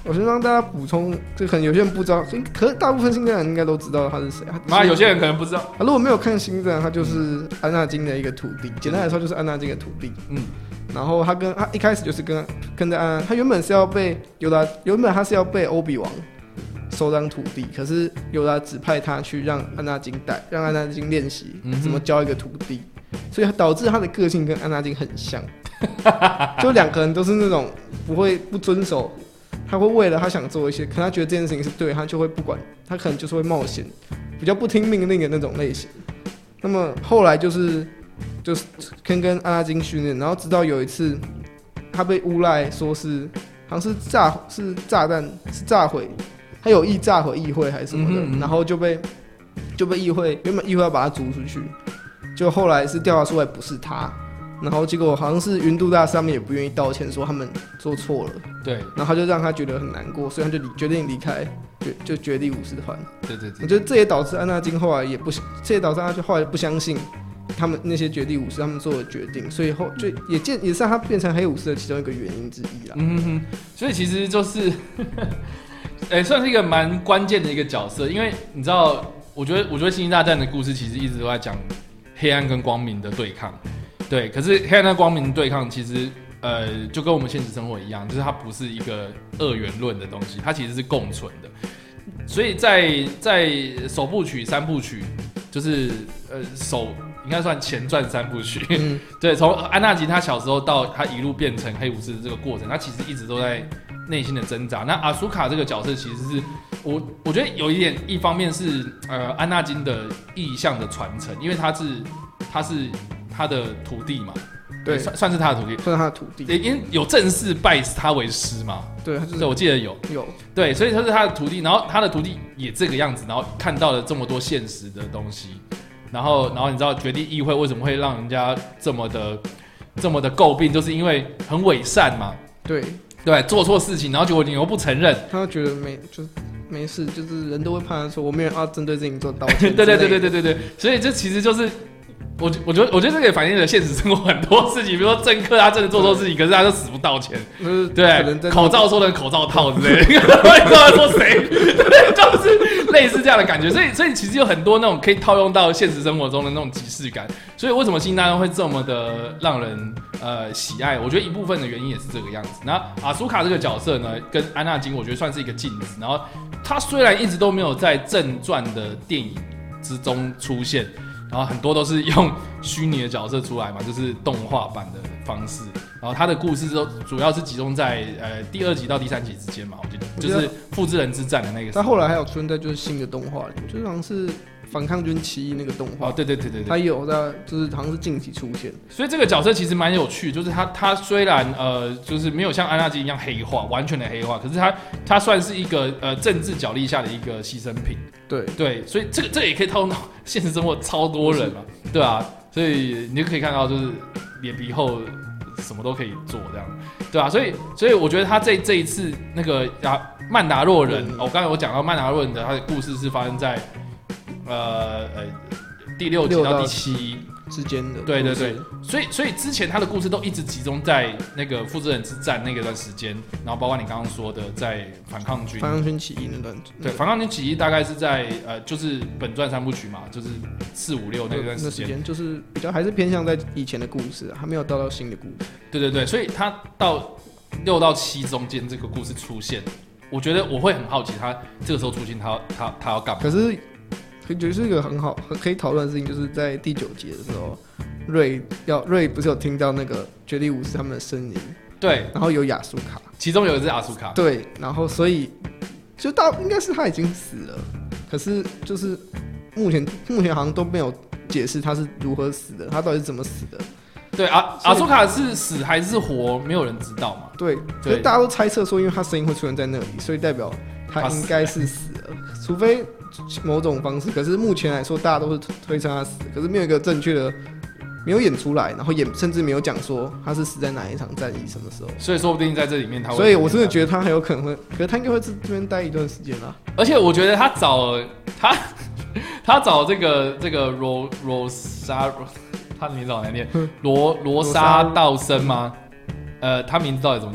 我先让大家补充，这可能有些人不知道，可是大部分星战人应该都知道他是谁。 妈，有些人可能不知道。 啊，如果没有看星战，他就是安纳金的一个徒弟。简单来说，就是安纳金的徒弟。嗯。然后他跟他一开始就是跟跟着安，他原本是要被尤达，原本他是要被欧比王收当徒弟，可是尤达指派他去让安纳金带，让安纳金练习怎么教一个徒弟，所以导致他的个性跟安纳金很像，就两个人都是那种不会不遵守，他会为了他想做一些，可他觉得这件事情是对，他就会不管，他可能就是会冒险，比较不听命令的那种类型。那么后来就是就是跟跟安纳金训练，然后直到有一次他被诬赖说是好像是炸是炸弹是炸毁。他有意炸毁议会还是什么的，嗯嗯然后就被就被议会原本议会要把他逐出去，就后来是调查出来不是他，然后结果好像是云度大师他们也不愿意道歉，说他们做错了， 对， 然后他就让他觉得很难过，所以他就决定离开，就就绝地武士团。 对对对， 我觉得这也导致安纳金后来也不，这也导致他就后来不相信他们那些绝地武士他们做的决定，所以后就也见也是让他变成黑武士的其中一个原因之一啦。 嗯哼哼，所以其实就是。欸、算是一个蛮关键的一个角色，因为你知道，我觉得，我觉得《星际大战》的故事其实一直都在讲黑暗跟光明的对抗，对。可是黑暗跟光明的对抗，其实呃，就跟我们现实生活一样，就是它不是一个二元论的东西，它其实是共存的。所以在在首部曲、三部曲，就是呃首应该算前传三部曲，嗯、对，从安纳吉他小时候到他一路变成黑武士的这个过程，他其实一直都在内心的挣扎。那阿苏卡这个角色其实是我我觉得有一点，一方面是呃安纳金的意象的传承，因为他是他是他的徒弟嘛， 对， 算算是他的徒弟， 算是他的徒弟， 因为有正式拜他为师嘛， 对，他就是、 对，我记得有有， 对，所以他是他的徒弟，然后他的徒弟也这个样子，然后看到了这么多现实的东西，然后然后你知道绝地议会为什么会让人家这么的这么的诟病，就是因为很伪善嘛， 对。 对，做错事情，然后结果你又不承认， 他觉得没就没事，就是人都会判断说我没有人要针对这情做道歉。 对对对对对对对，所以这其实就是我我觉得我觉得这个也反映了现实生活很多事情，比如说政客他真的做错事情，可是他就死不道歉， 嗯、 对，口罩说成口罩套之类的，你知道他说谁？对，就是类似这样的感觉，所以所以其实有很多那种可以套用到现实生活中的那种即视感，所以为什么星战会这么的让人呃喜爱？我觉得一部分的原因也是这个样子。那阿苏卡这个角色呢，跟安纳金我觉得算是一个镜子，然后他虽然一直都没有在正传的电影之中出现，然后很多都是用虚拟的角色出来嘛，就是动画版的方式。然后他的故事都主要是集中在呃第二集到第三集之间嘛，我记得就是复制人之战的那个。 他后来还有出现在就是新的动画里，就好像是反抗军起义那个动画。 哦，对对对对对， 他有在就是好像是近期出现。 所以这个角色其实蛮有趣，就是他他虽然呃就是没有像安纳金一样黑化，完全的黑化，可是他他算是一个呃政治角力下的一个牺牲品。 对对， 所以这个这个也可以套用到现实生活，超多人嘛，对啊，所以你就可以看到就是脸皮厚。什么都可以做，这样，对啊，所以，所以我觉得他这这一次那个啊曼达洛人，嗯、我刚才我讲到曼达洛人的他的故事是发生在呃呃第六集到第七之间的， 对对对，所以所以之前他的故事都一直集中在那个复制人之战那个段时间，然后包括你刚刚说的在反抗军， 反抗军起义那段， 对，反抗军起义大概是在呃就是本传三部曲嘛，就是四五六那段时间， 就是比较还是偏向在以前的故事，还没有到到新的故事。 对对对，所以他到六到七中间这个故事出现，我觉得我会很好奇他这个时候出现他他他要干嘛？ 可是。我觉得是一个很好可以讨论的事情，就是在第九集的时候，瑞要瑞不是有听到那个绝地武士他们的声音， 对， 然后有亚苏卡， 其中有一只亚苏卡， 对，然后所以就到应该是他已经死了，可是就是目前目前好像都没有解释他是如何死的，他到底是怎么死的。 对，阿阿苏卡是死还是活，没有人知道嘛。 对，可是大家都猜测说，因为他声音会出现在那里，所以代表他应该是死了，除非。某种方式，可是目前来说，大家都是推测他死，可是没有一个正确的，没有演出来，然后也甚至没有讲说他是死在哪一场战役什么时候， 所以说不定在这里面他会， 所以我真的觉得他很有可能会，可是他应该会在这边待一段时间啦。 而且我觉得他找他他找这个这个罗罗莎，他的名字好难念，罗罗莎道森吗？呃，他名字到底怎么念？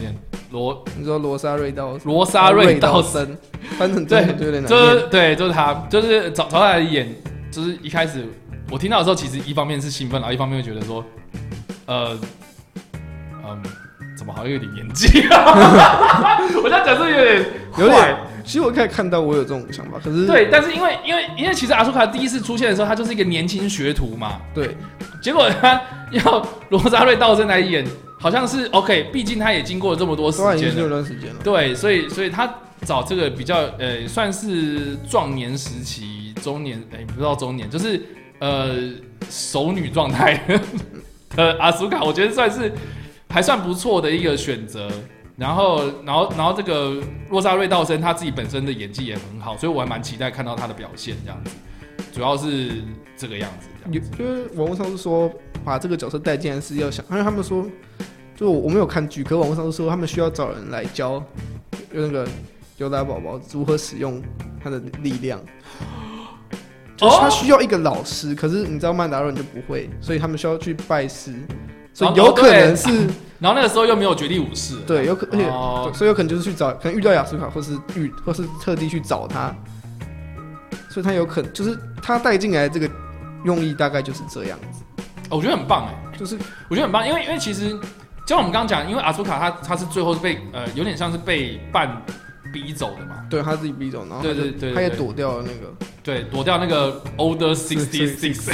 罗， 你说罗莎瑞道罗莎瑞道森， 翻成中文就有点难念。 就是对，就是他，就是找找他来演，就是一开始我听到的时候，其实一方面是兴奋，然后一方面又觉得说，呃，嗯，怎么好像有点年纪啊？我这样讲是有点有点。其实我可以看到我有这种想法，可是对，但是因为因为因为其实阿苏卡第一次出现的时候，他就是一个年轻学徒嘛， 对， 结果他要罗莎瑞道森来演，好像是 OK， 毕竟他也经过了这么多时间了， 有段时间了， 对，所以所以他找这个比较呃算是壮年时期、中年，哎、欸，不知道中年，就是呃熟女状态的阿苏卡，我觉得算是还算不错的一个选择。然后，然后，然后这个洛莎瑞道森他自己本身的演技也很好，所以我还蛮期待看到他的表现这样子。主要是这个样子， 因为网络上是说把这个角色带进来是要想，因为他们说，就我没有看剧，可网络上是说他们需要找人来教那个尤达宝宝如何使用他的力量。就是他需要一个老师，可是你知道曼达洛人就不会，所以他们需要去拜师，所以有可能是。哦然后那个时候又没有绝地武士， 对，有可而且、哦、所以有可能就是去找，可能遇到亚苏卡，或是遇，或是特地去找他，所以他有可能就是他带进来这个用意大概就是这样子。 哦、我觉得很棒哎，就是我觉得很棒，因为因为其实就像我们刚刚讲，因为阿苏卡他他是最后是被呃有点像是被半逼走的嘛， 对他自己逼走，然后他对对 对, 对， 他也躲掉了那个， 对，躲掉那个 Order sixty-six。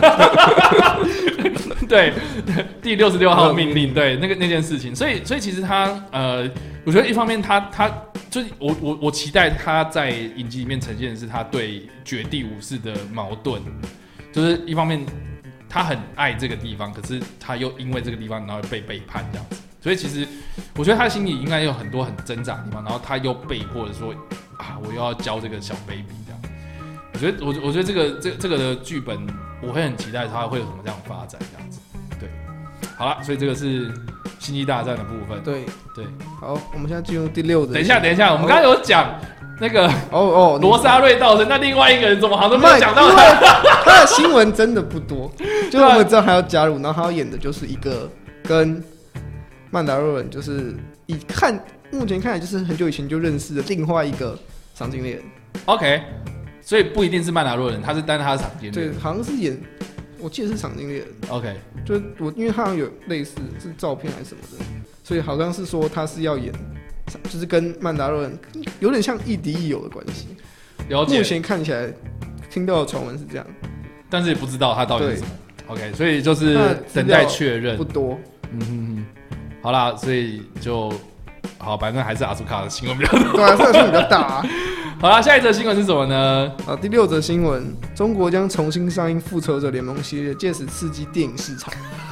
对，第六十六号命令，对那个那件事情，所以所以其实他呃，我觉得一方面他他就是我我我期待他在影集里面呈现的是他对绝地武士的矛盾，就是一方面他很爱这个地方，可是他又因为这个地方然后被背叛这样子，所以其实我觉得他心里应该有很多很挣扎的地方，然后他又被迫的说啊，我又要教这个小 baby 这样。我觉得我我觉得这个这这个的剧本，我会很期待它会有什么这样发展这样子。对，好了，所以这个是星际大战的部分。 对对， 好，我们现在进入第六的。 等一下，等一下，我们刚刚有讲那个哦哦罗莎瑞道森，那另外一个人怎么好像都没有讲到他？他的新闻真的不多，就是我们知道他要加入，然后他要演的就是一个跟曼达洛人，就是以看目前看来就是很久以前就认识的另外一个赏金猎人。 OK。所以不一定是曼达洛人，他是单他的赏金猎人， 对，好像是演，我记得是赏金猎人。 OK， 就是我，因为他好像有类似是照片还是什么的，所以好像是说他是要演，就是跟曼达洛人有点像亦敌亦友的关系。 了解。 目前看起来听到的传闻是这样， 但是也不知道他到底是什么。OK， 所以就是等待确认。 不多。 嗯哼哼。好啦，所以就好，反正还是阿苏卡的新闻比较多。 对啊，这个新闻比较大啊。 好啦，下一则新闻是什么呢？ 啊，第六则新闻，中国将重新上映《复仇者联盟》系列，借此刺激电影市场。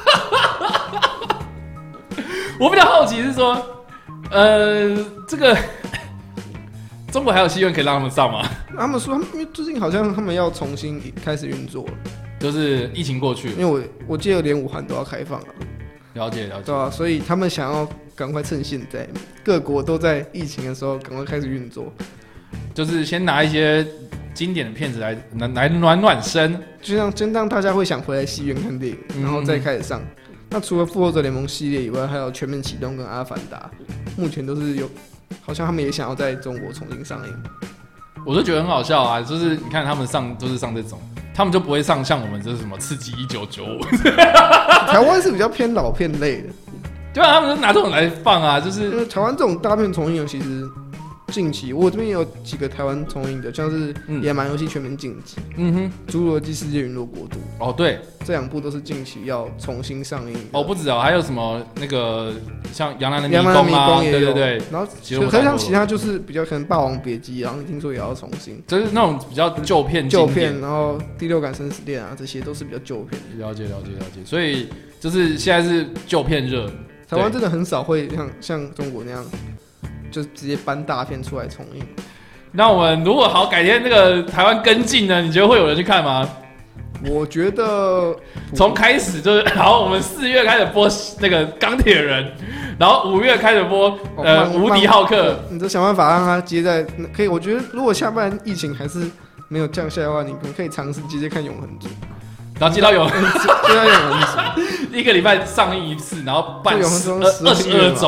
我比较好奇是说，呃，这个中国还有戏院可以让他们上吗？ 他们说，他们因为最近好像他们要重新开始运作了， 就是疫情过去， 因为我我记得连武汉都要开放了。 了解了解， 对啊，所以他们想要赶快趁现在各国都在疫情的时候赶快开始运作。 就是先拿一些经典的片子来来暖暖身， 就像先让大家会想回来戏院看电影，然后再开始上。嗯、那除了《复仇者联盟》系列以外，还有《全面启动》跟《阿凡达》，目前都是有，好像他们也想要在中国重新上映。 我就觉得很好笑啊，就是你看他们上都是上这种，他们就不会上像我们这是什么《刺激一九九五》。 台湾是比较偏老片类的， 对啊，他们就拿这种来放啊，就是因为台湾这种大片重映的其实。近期我这边也有几个台湾重映的，像是《野蛮游戏全面晋级》，嗯哼，《侏罗纪世界陨落国度》。 哦，对， 这两部都是近期要重新上映的。 哦，不止哦，还有什么那个像《杨澜的迷宫》啊，对对对。 然后，可是像其他就是比较可能《霸王别姬》，然后听说也要重新， 就是那种比较旧片、 旧片，然后《第六感生死恋》啊，这些都是比较旧片。 了解了解了解，所以就是现在是旧片热， 台湾真的很少会像像中国那样。就直接搬大片出来重映。 那我们如果好改天那个台湾跟进呢，你觉得会有人去看吗？ 我觉得从开始就是，好，我们四月开始播那个钢铁人，然后五月开始播、哦、呃无敌浩克， 你就想办法让它接在可以。我觉得如果下半疫情还是没有降下来的话，你可以尝试接接看永恒族。 然后接到永恒族， 接到永恒族， 一个礼拜上映一次，然后办二十二周。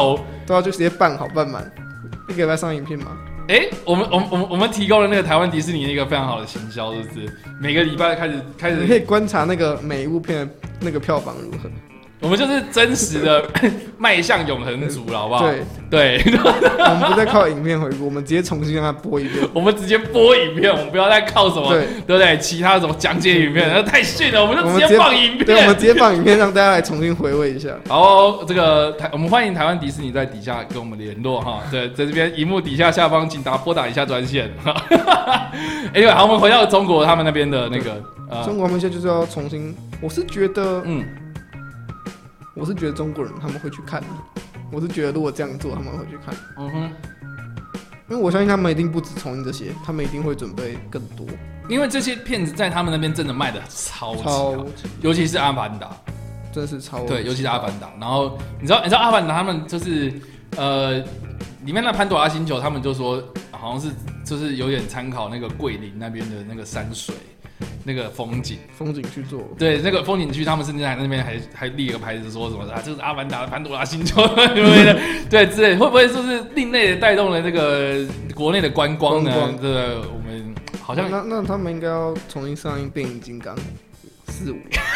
对啊，就直接办好办满，一个礼拜上影片嘛。 哎、欸，我们我们我们我们提供了那个台湾迪士尼一个非常好的行销，是不是？每个礼拜开始开始， 你可以观察那个每一部片的那个票房如何。 我们就是真实的迈向永恒族了，好不好？对对， 我们不再靠影片回顾，我们直接重新让它播一遍。 我们直接播影片，我们不要再靠什么，对对不对？其他什么讲解影片，那太逊了，我们就直接放影片。 对，我们直接放影片，让大家来重新回味一下。 好，这个台我们欢迎台湾迪士尼在底下跟我们联络哈。对，在这边荧幕底下下方，请打拨打一下专线。哎，好，我们回到中国他们那边的那个， 呃、中国他们现在就是要重新，我是觉得，嗯。我是觉得中国人他们会去看的，我是觉得如果这样做他们会去看，嗯哼，因为我相信他们一定不止重映这些，他们一定会准备更多， 因为这些片子在他们那边真的卖的超级好，尤其是《阿凡达》， 真的是超对，尤其是《阿凡达》。然后你知道，你知道《阿凡达》他们就是呃，里面的潘多拉星球，他们就说好像是就是有点参考那个桂林那边的那个山水。那个风景， 风景去做， 对，那个风景区，他们甚至在那边还还立一个牌子，说什么啊，这是阿凡达的潘多拉星球，对，之类，会不会就是另类的带动了这个国内的观光呢？这个我们好像那那他们应该要重新上映变形金刚四五，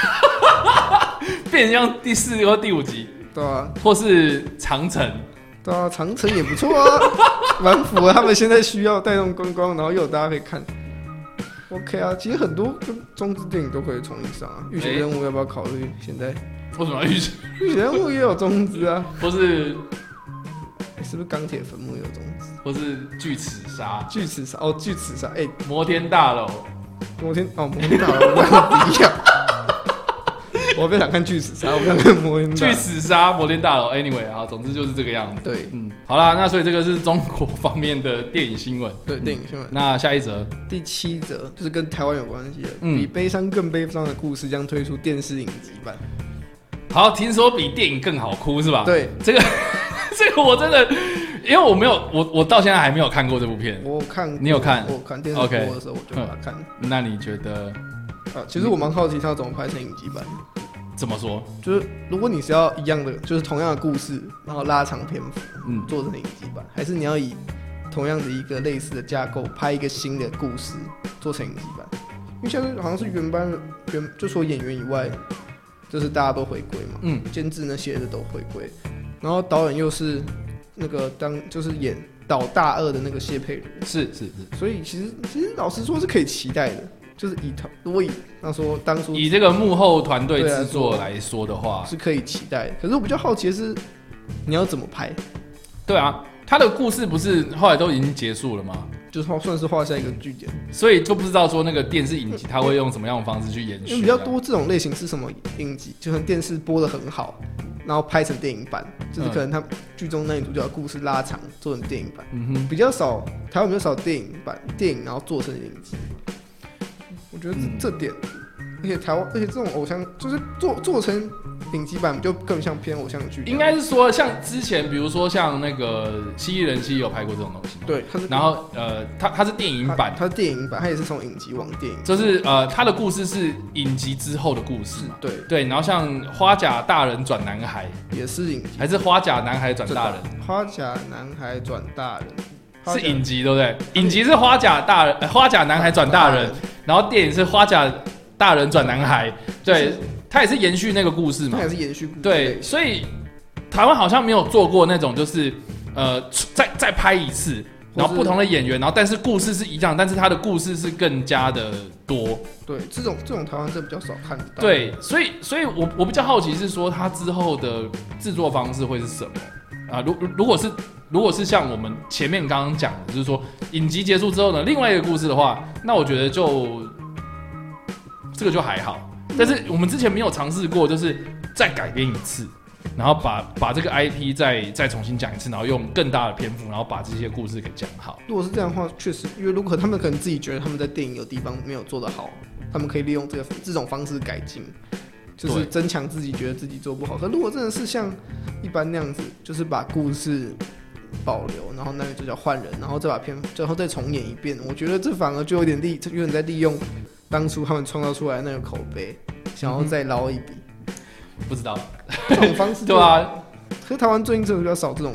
变形金刚第四或第五集， 对啊， 或是长城， 对啊，长城也不错啊，蛮符合他们现在需要带动观光，然后又有大家可以看。OK 啊，其实很多中资电影都可以重新上啊。浴血任务要不要考虑？现在为什么浴血？ 浴血任务也有中资啊， 或是、 欸、是不是钢铁坟墓有中资？ 或是巨齿鲨？ 巨齿鲨哦，巨齿鲨哎，欸、 摩天大楼， 摩天哦，摩天大楼我不一样。我不想看巨齿鲨，我不想看摩天大楼。 巨齿鲨、摩天大楼 ，anyway 啊，总之就是这个样子。 对， 嗯，好啦，那所以这个是中国方面的电影新闻。 对，电影新闻。 那下一则， 第七则就是跟台湾有关系的，嗯、比悲伤更悲伤的故事将推出电视影集版。 好，听说比电影更好哭是吧？ 对， 这个这个我真的，因为我没有，我我到现在还没有看过这部片。 我看， 你有看？ 我看电视播的时候我就把它看。 嗯、那你觉得？ 啊，其实我蛮好奇他怎么拍成影集版。 怎么说？ 就是如果你是要一样的，就是同样的故事，然后拉长篇幅，嗯，做成影集版，还是你要以同样的一个类似的架构拍一个新的故事做成影集版？因为现在好像是原班原，就说演员以外，就是大家都回归嘛，嗯，监制那些的都回归，然后导演又是那个当就是演导大二的那个谢佩茹， 是是是， 所以其实其实老实说是可以期待的。就是以如果以那说当初以这个幕后团队制作来说的话， 是可以期待的。可是我比较好奇的是，你要怎么拍？ 对啊，他的故事不是后来都已经结束了吗？ 就是算是画下一个句点， 所以就不知道说那个电视影集他会用什么样的方式去延续。 因为比较多这种类型是什么影集，就像电视播的很好，然后拍成电影版，就是可能他剧中那女主角的故事拉长做成电影版。嗯哼，比较少，台湾比较少电影版，电影然后做成影集。我觉得 这,、嗯、这点，而且台湾，而且这种偶像就是做做成影集版，就更像偏偶像剧。 应该是说，像之前，比如说像那个《蜥蜴人妻》有拍过这种东西。 对， 然后呃，它它是电影版， 它是电影版，它也是从影集往电影。 就是呃，它的故事是影集之后的故事嘛。 对对，然后像《花甲大人转男孩》 也是影集， 还是《花甲男孩转大人》？ 花甲男孩转大人。 是影集对不对？影集是花甲大人，呃、花甲男孩转大人，然后电影是花甲大人转男孩，对，他也是延续那个故事嘛， 他也是延续故事， 对，所以台湾好像没有做过那种，就是呃，再再拍一次，然后不同的演员，然后但是故事是一样，但是他的故事是更加的多， 对，这种这种台湾真的比较少看得到， 对，所以所以我我比较好奇是说，他之后的制作方式会是什么啊？如如果是。如果是像我们前面刚刚讲的，就是说影集结束之后呢，另外一个故事的话，那我觉得就这个就还好。但是我们之前没有尝试过，就是再改编一次，然后把把这个 I P 再再重新讲一次，然后用更大的篇幅，然后把这些故事给讲好。 如果是这样的话，确实，因为如果他们可能自己觉得他们在电影有地方没有做得好，他们可以利用这个这种方式改进。就是增强自己觉得自己做不好。可如果真的是像一般那样子，就是把故事保留，然后那个主角换人，然后再把片，最后再重演一遍，我觉得这反而就有点利，有点在利用当初他们创造出来的那个口碑，想要再捞一笔。 不知道这种方式对啊。 可是台湾最近真的比较少这种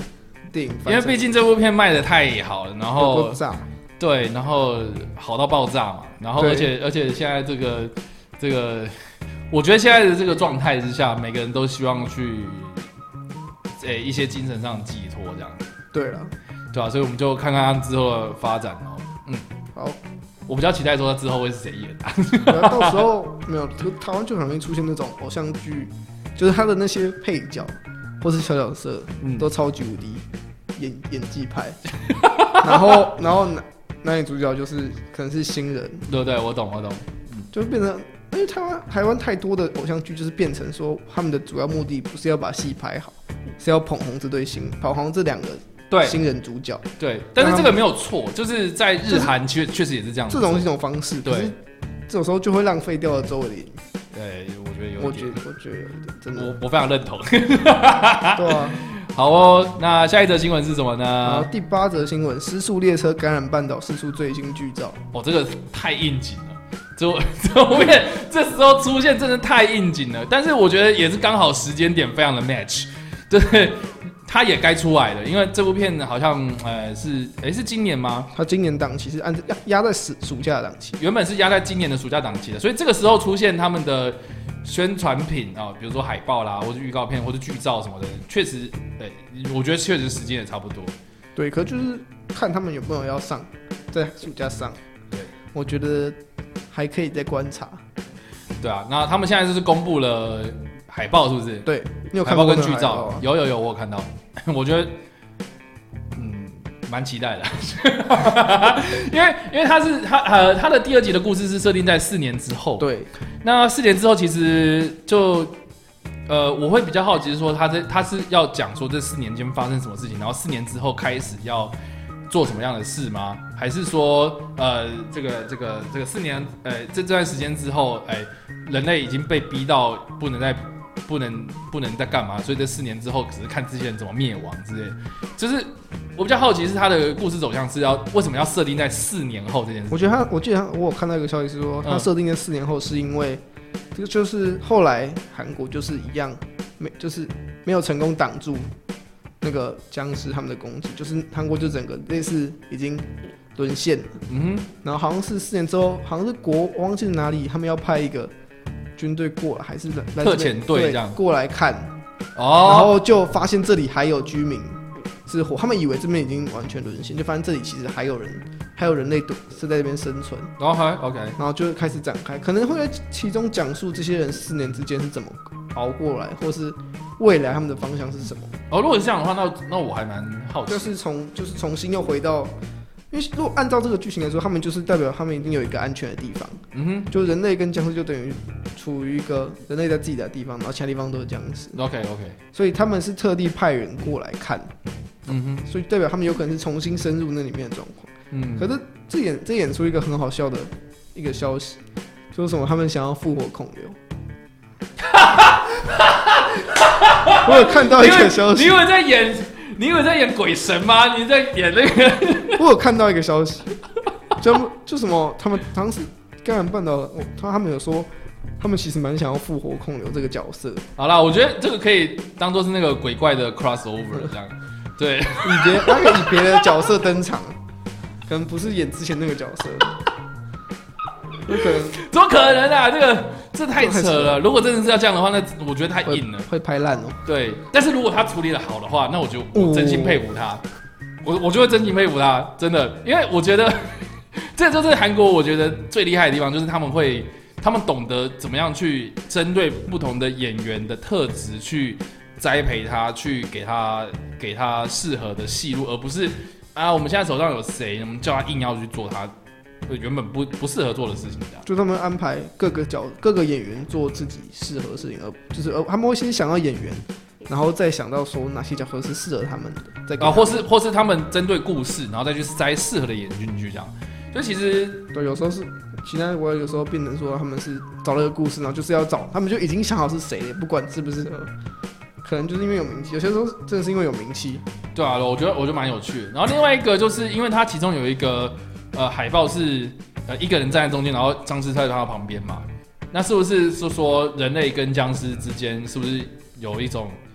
电影， 因为毕竟这部片卖的太好了，然后炸， 对，然后好到爆炸嘛，然后而且而且现在这个这个，我觉得现在的这个状态之下，每个人都希望去，诶、欸、一些精神上的寄托这样。 对了， 对啊，所以我们就看看他之后的发展哦。嗯， 好， 我比较期待说他之后会是谁演的、 啊。到时候没有，台湾就很容易出现那种偶像剧，就是他的那些配角或是小角色、嗯、都超级无敌演演技派，然后然后男男女主角就是可能是新人， 对对，我懂我懂， 嗯，就变成因为台湾台湾太多的偶像剧就是变成说他们的主要目的不是要把戏拍好，是要捧红这对新捧红这两个。对新人主角， 对，但是这个没有错，就是在日韩确确实也是这样子， 这种是一种方式，对，这种时候就会浪费掉了周围的演员。 对，我觉得有点， 我觉得我觉得有点，真的， 我我非常认同。 对啊， 好哦，那下一则新闻是什么呢？ 好，第八则新闻：失速列车感染半岛，释出最新剧照。 哦，这个太应景了，这这后面这时候出现真的太应景了，但是我觉得也是刚好时间点非常的 match， 对。他也该出来了，因为这部片好像呃是哎、欸、是今年吗？ 他今年档期是按压压在暑暑假档期， 原本是压在今年的暑假档期的，所以这个时候出现他们的宣传品啊、哦，比如说海报啦，或者预告片，或者剧照什么的，确实，对、欸，我觉得确实时间也差不多。 对，可就是看他们有没有要上，在暑假上。 对， 我觉得还可以再观察。 对啊，那他们现在就是公布了海报，是不是？ 对，你有看过海报跟剧照？啊、有有有，我有看到。我觉得，嗯，蛮期待的，因为因为他是他呃他的第二集的故事是设定在四年之后。 对， 那四年之后其实就呃我会比较好奇是说他这他是要讲说这四年间发生什么事情，然后四年之后开始要做什么样的事吗？还是说呃这个这个这个四年呃这这段时间之后，哎、欸、人类已经被逼到不能再。不能不能再干嘛？所以这四年之后，只是看这些人怎么灭亡之类的。就是我比较好奇是他的故事走向是要为什么要设定在四年后这件事？ 我觉得他，我记得他，我有看到一个消息是说，他设定在四年后是因为这个就是后来韩国就是一样，没就是没有成功挡住那个僵尸他们的攻击，就是韩国就整个类似已经沦陷了。嗯哼，然后好像是四年之后，好像是国我忘记哪里，他们要派一个。军队过来还是来特遣队这样过来看，哦，然后就发现这里还有居民是活，他们以为这边已经完全沦陷，就发现这里其实还有人，还有人类是在这边生存。 然后还 OK， 然后就开始展开，可能会在其中讲述这些人四年之间是怎么熬过来，或是未来他们的方向是什么。 哦，如果是这样的话，那那我还蛮好奇， 就是从就是重新又回到。因为如果按照这个剧情来说，他们就是代表他们已经有一个安全的地方，嗯哼，就人类跟僵尸就等于处于一个人类在自己的地方，然后其他地方都是僵尸。 OK OK， 所以他们是特地派人过来看，嗯哼，所以代表他们有可能是重新深入那里面的状况。嗯，可是这演这演出一个很好笑的一个消息，说什么他们想要复活孔刘。我有看到一个消息， 你以为在演？你以为在演鬼神吗？你在演那个？ 我有看到一个消息，就就什么，他们好像是感染半岛，他他们有说，他们其实蛮想要复活孔刘这个角色。 好啦，我觉得这个可以当做是那个鬼怪的 crossover 这样。对， 以别他可以以别的角色登场，可能不是演之前那个角色。有可能？ 怎么可能啊？这个这太扯了。如果真的是要这样的话，那我觉得太硬了， 会, 会拍烂哦。 对，但是如果他处理的好的话，那我就我真心佩服他。哦、我我就会真心佩服他，真的，因为我觉得这就是韩国我觉得最厉害的地方，就是他们会他们懂得怎么样去针对不同的演员的特质去栽培他，去给他给他适合的戏路，而不是啊我们现在手上有谁，我们叫他硬要去做他。原本不不适合做的事情， 就他们安排各个角各个演员做自己适合的事情，而就是而他们会先想到演员，然后再想到说哪些角色是适合他们的，再啊，或是或是他们针对故事，然后再去塞适合的演员进去，这样。所以其实对，有时候是其他国家有时候变成说他们是找了个故事，然后就是要找，他们就已经想好是谁，不管是不是合，可能就是因为有名气，有些时候真的是因为有名气。 对啊，我觉得我觉得蛮有趣的。然后另外一个就是因为它其中有一个。呃，海报是呃一个人站在中间，然后僵尸在他旁边嘛。那是不是是说人类跟僵尸之间是不是有一种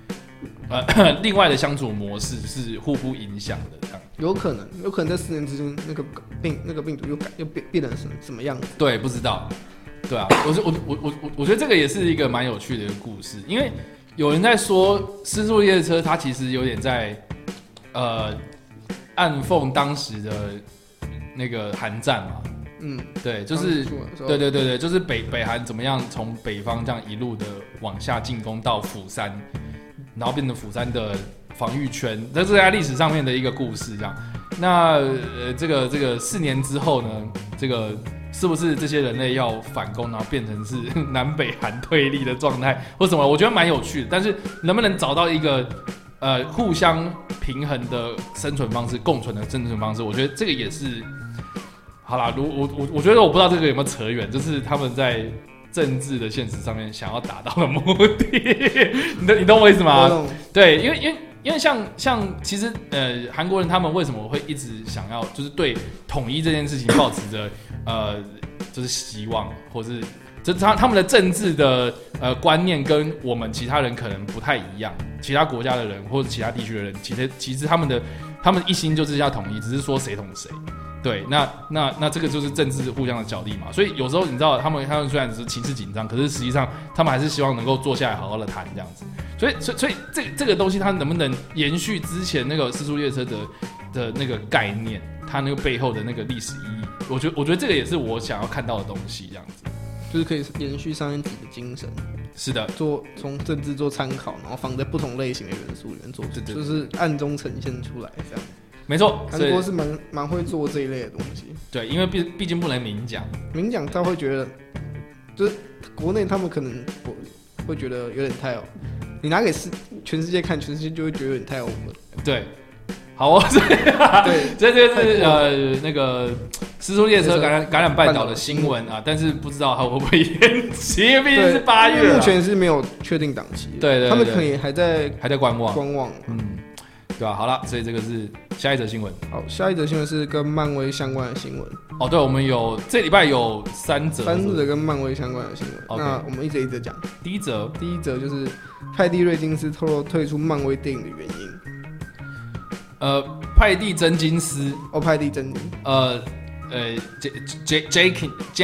呃另外的相处模式是互不影响的这样。 有可能，有可能在四年之中，那个病那个病毒又改又变变成什么什么样子？ 对，不知道。对啊，我我我我我我觉得这个也是一个蛮有趣的一个故事，因为有人在说《失速列车》它其实有点在呃暗讽当时的那个韩战嘛。嗯，对，就是对对对对，就是北北韩怎么样从北方这样一路的往下进攻到釜山，然后变成釜山的防御圈，这是在历史上面的一个故事，这样。那呃，这个这个四年之后呢，这个是不是这些人类要反攻，然后变成是南北韩对立的状态，或什么？我觉得蛮有趣的。但是能不能找到一个呃互相平衡的生存方式、共存的生存方式，我觉得这个也是。好啦，我我我我觉得我不知道这个有没有扯远，就是他们在政治的现实上面想要达到的目的，你懂你懂我意思吗？对，因为因为因为像像其实呃韩国人他们为什么会一直想要就是对统一这件事情抱持着呃就是希望，或是就是他他们的政治的呃观念跟我们其他人可能不太一样，其他国家的人或者其他地区的人，其实其实他们的他们一心就是要统一，只是说谁统谁。对，那那那这个就是政治互相的角力嘛，所以有时候你知道，他们他们虽然是情势紧张，可是实际上他们还是希望能够坐下来好好的谈这样子。所以所以所以这这个东西它能不能延续之前那个失速列车的的那个概念，它那个背后的那个历史意义，我觉得我觉得这个也是我想要看到的东西，这样子。 就是可以延续上一集的精神。 是的， 做从政治做参考，然后放在不同类型的元素里面做，对对对，就是暗中呈现出来这样。 没错， 韩国是蛮蛮会做这一类的东西。 对，因为毕毕竟不能明讲， 明讲他会觉得，就是国内他们可能会觉得有点太哦，你拿给世全世界看，全世界就会觉得有点太 over 了。 对，好哦，对，这这是呃那个失速列车感染感染半岛的新闻啊，但是不知道它会不会延期，因为毕竟是八月， 目前是没有确定档期。 对 对, 对， 他们可能还在还在观望， 观望， 嗯。对吧、啊？好了，所以这个是下一则新闻。 好，下一则新闻是跟漫威相关的新闻。 哦，对，我们有这礼拜有三则， 三则跟漫威相关的新闻。Okay. 那我们一则一则讲。 第一则， 第一则就是派蒂·瑞金斯透露退出漫威电影的原因。 呃，派蒂·真金斯， 哦，派蒂·真金， 呃呃，J J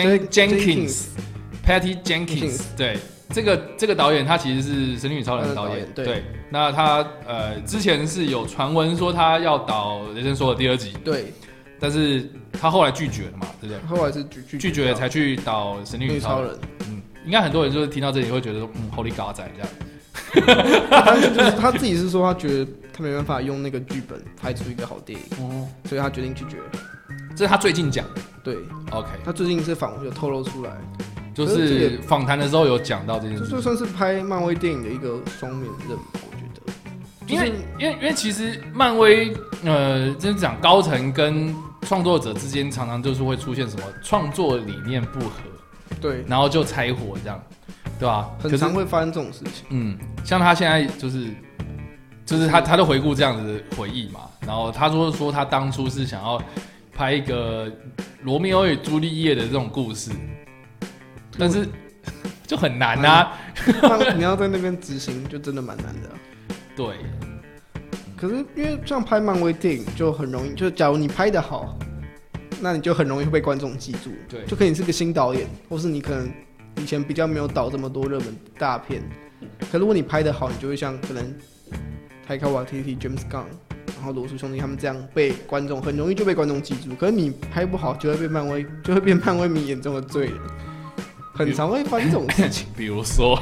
Jenkins，Patty Jenkins， 对。这个这个导演他其实是《神力女超人》的导演，对。对那他呃之前是有传闻说他要导《雷神索尔》第二集， 对。 但是他后来拒绝了嘛，对不对？ 后来是拒拒拒绝了才去导《神力女超人》。嗯，应该很多人就是听到这里会觉得说，嗯 ，Holy God 仔这样。 但是就是他自己是说他觉得他没办法用那个剧本拍出一个好电影，哦、所以他决定拒绝了。 这是他最近讲的。 对 ，OK。 他最近是访问有透露出来。 就是访谈的时候有讲到这件事， 这就算是拍漫威电影的一个双面刃，我觉得。 因为因为因为其实漫威呃，就是讲高层跟创作者之间常常就是会出现什么创作理念不合， 对， 然后就拆伙这样，对吧？ 很常会发生这种事情。 嗯，像他现在就是就是他他都回顾这样子的回忆嘛，然后他说说他当初是想要拍一个罗密欧与朱丽叶的这种故事。但是就很难啊， 你要在那边执行就真的蛮难的、啊。 对， 可是因为像拍漫威电影就很容易，就假如你拍得好，那你就很容易会被观众记住。 对， 就可能你是个新导演，或是你可能以前比较没有导这么多热门大片，可如果你拍得好，你就会像可能泰卡瓦提提、James Gunn， 然后罗素兄弟他们这样被观众很容易就被观众记住。可是你拍不好，就会被漫威就会变漫威迷眼中的罪人。很常会发生这种事情， 比如说，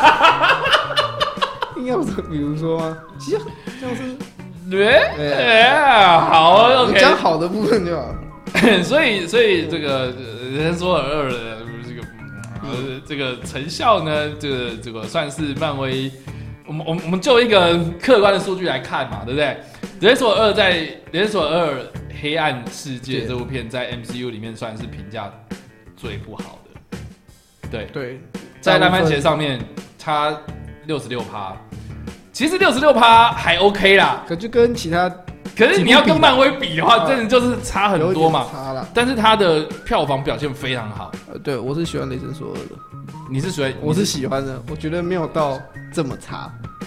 应该不是，比如说吗？其实像是， 对，哎，好 ，OK， 讲好的部分就好。 所以，所以这个人说二的这个呃这个成效呢，这个这个算是漫威，我们我们我们就一个客观的数据来看嘛，对不对？人索二在人索二黑暗世界这部片在 M C U 里面算是评价最不好的。对对， 在烂番茄上面差六十六趴，其实六十六趴还 OK 啦， 可就跟其他， 可是你要跟漫威比的话，真的就是差很多嘛。 差啦， 但是它的票房表现非常好。 呃，对我是喜欢雷神索尔的， 你是喜欢？ 我是喜欢的，我觉得没有到这么差。 我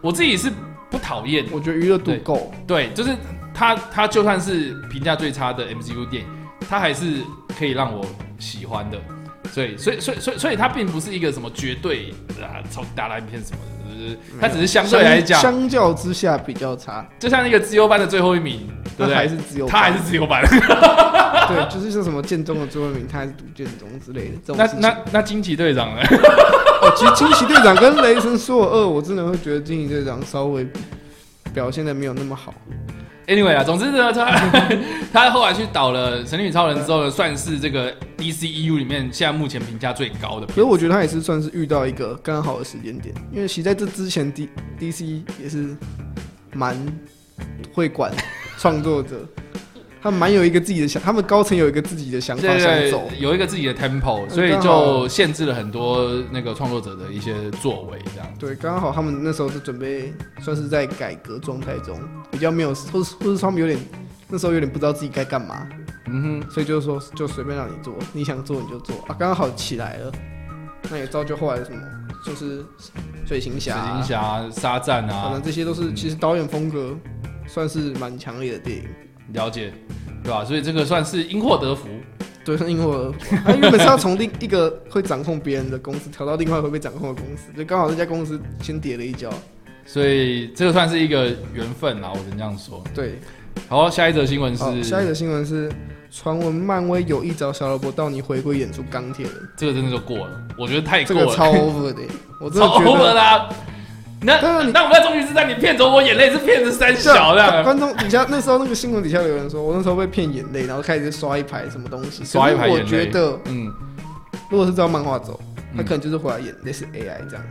我自己是不讨厌， 我觉得娱乐度够。 对，就是它它就算是评价最差的 M C U 电影，它还是可以让我喜欢的。所以所以所以所以所以它并不是一个什么绝对啊超级大烂片什么的。它只是相对来讲， 相较之下比较差， 就像那个自由班的最后一名，对不对？ 还是自由班， 他还是自由班。 对，就是像什么建中的最后一名，他还是读建中之类的这种事情。 那那那惊奇队长呢？ 哦，其实惊奇队长跟雷神索尔二，我真的会觉得惊奇队长稍微表现的没有那么好。 Anyway 啊，总之呢，他他后来去导了《神力女超人》之后呢，算是这个 D C E U 里面现在目前评价最高的。 可是我觉得他也是算是遇到一个刚好的时间点，因为其实在这之前 D D C 也是蛮会管创作者，他们蛮有一个自己的想，他们高层有一个自己的想法想走， 有一个自己的 tempo， 所以就限制了很多那个创作者的一些作为，这样。 对，刚好他们那时候是准备算是在改革状态中，比较没有，或是或是他们有点那时候有点不知道自己该干嘛，嗯哼，所以就是说就随便让你做，你想做你就做啊，刚好起来了，那也造就后来的什么，就是水行侠、 水行侠、沙赞啊， 可能这些都是其实导演风格算是蛮强烈的电影。 了解，对吧？所以这个算是因祸得福。 对，是因祸得福。他原本是要从另一个会掌控别人的公司调到另外一个会被掌控的公司，就刚好这家公司先跌了一跤。 所以这个算是一个缘分啦，我只能这样说。 对， 好，下一则新闻是， 下一则新闻是传闻漫威有意找小萝卜道尼回归演出钢铁人， 这个真的就过了，我觉得太过了， 这个超 over 的，我真的觉得超 over 啦。那那我们在终局之战，你骗走我眼泪是骗子三小的。 观众底下那时候那个新闻底下有人说，我那时候被骗眼泪，然后开始刷一排什么东西， 刷一排眼泪。 我觉得，嗯，如果是照漫画走，他可能就是回来演类似 A I 这样。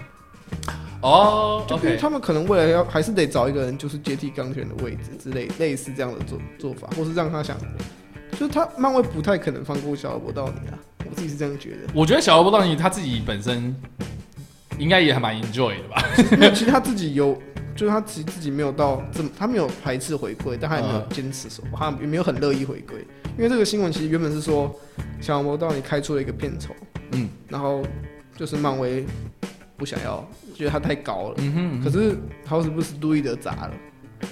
哦 ，OK， 他们可能未来要还是得找一个人，就是接替钢铁人的位置之类，类似这样的做做法，或是让他想，就是他漫威不太可能放过小萝卜道尼啊，我自己是这样觉得。 我觉得小萝卜道尼他自己本身。应该也还蛮 enjoy 的吧？ 其实他自己有，就是他自己自己没有到这么，他没有排斥回归，但他也没有坚持说，他也没有很乐意回归。因为这个新闻其实原本是说，小萝卜道尼开出了一个片酬，嗯，然后就是漫威不想要，觉得他太高了，嗯哼嗯哼，可是好死不死路易德砸了，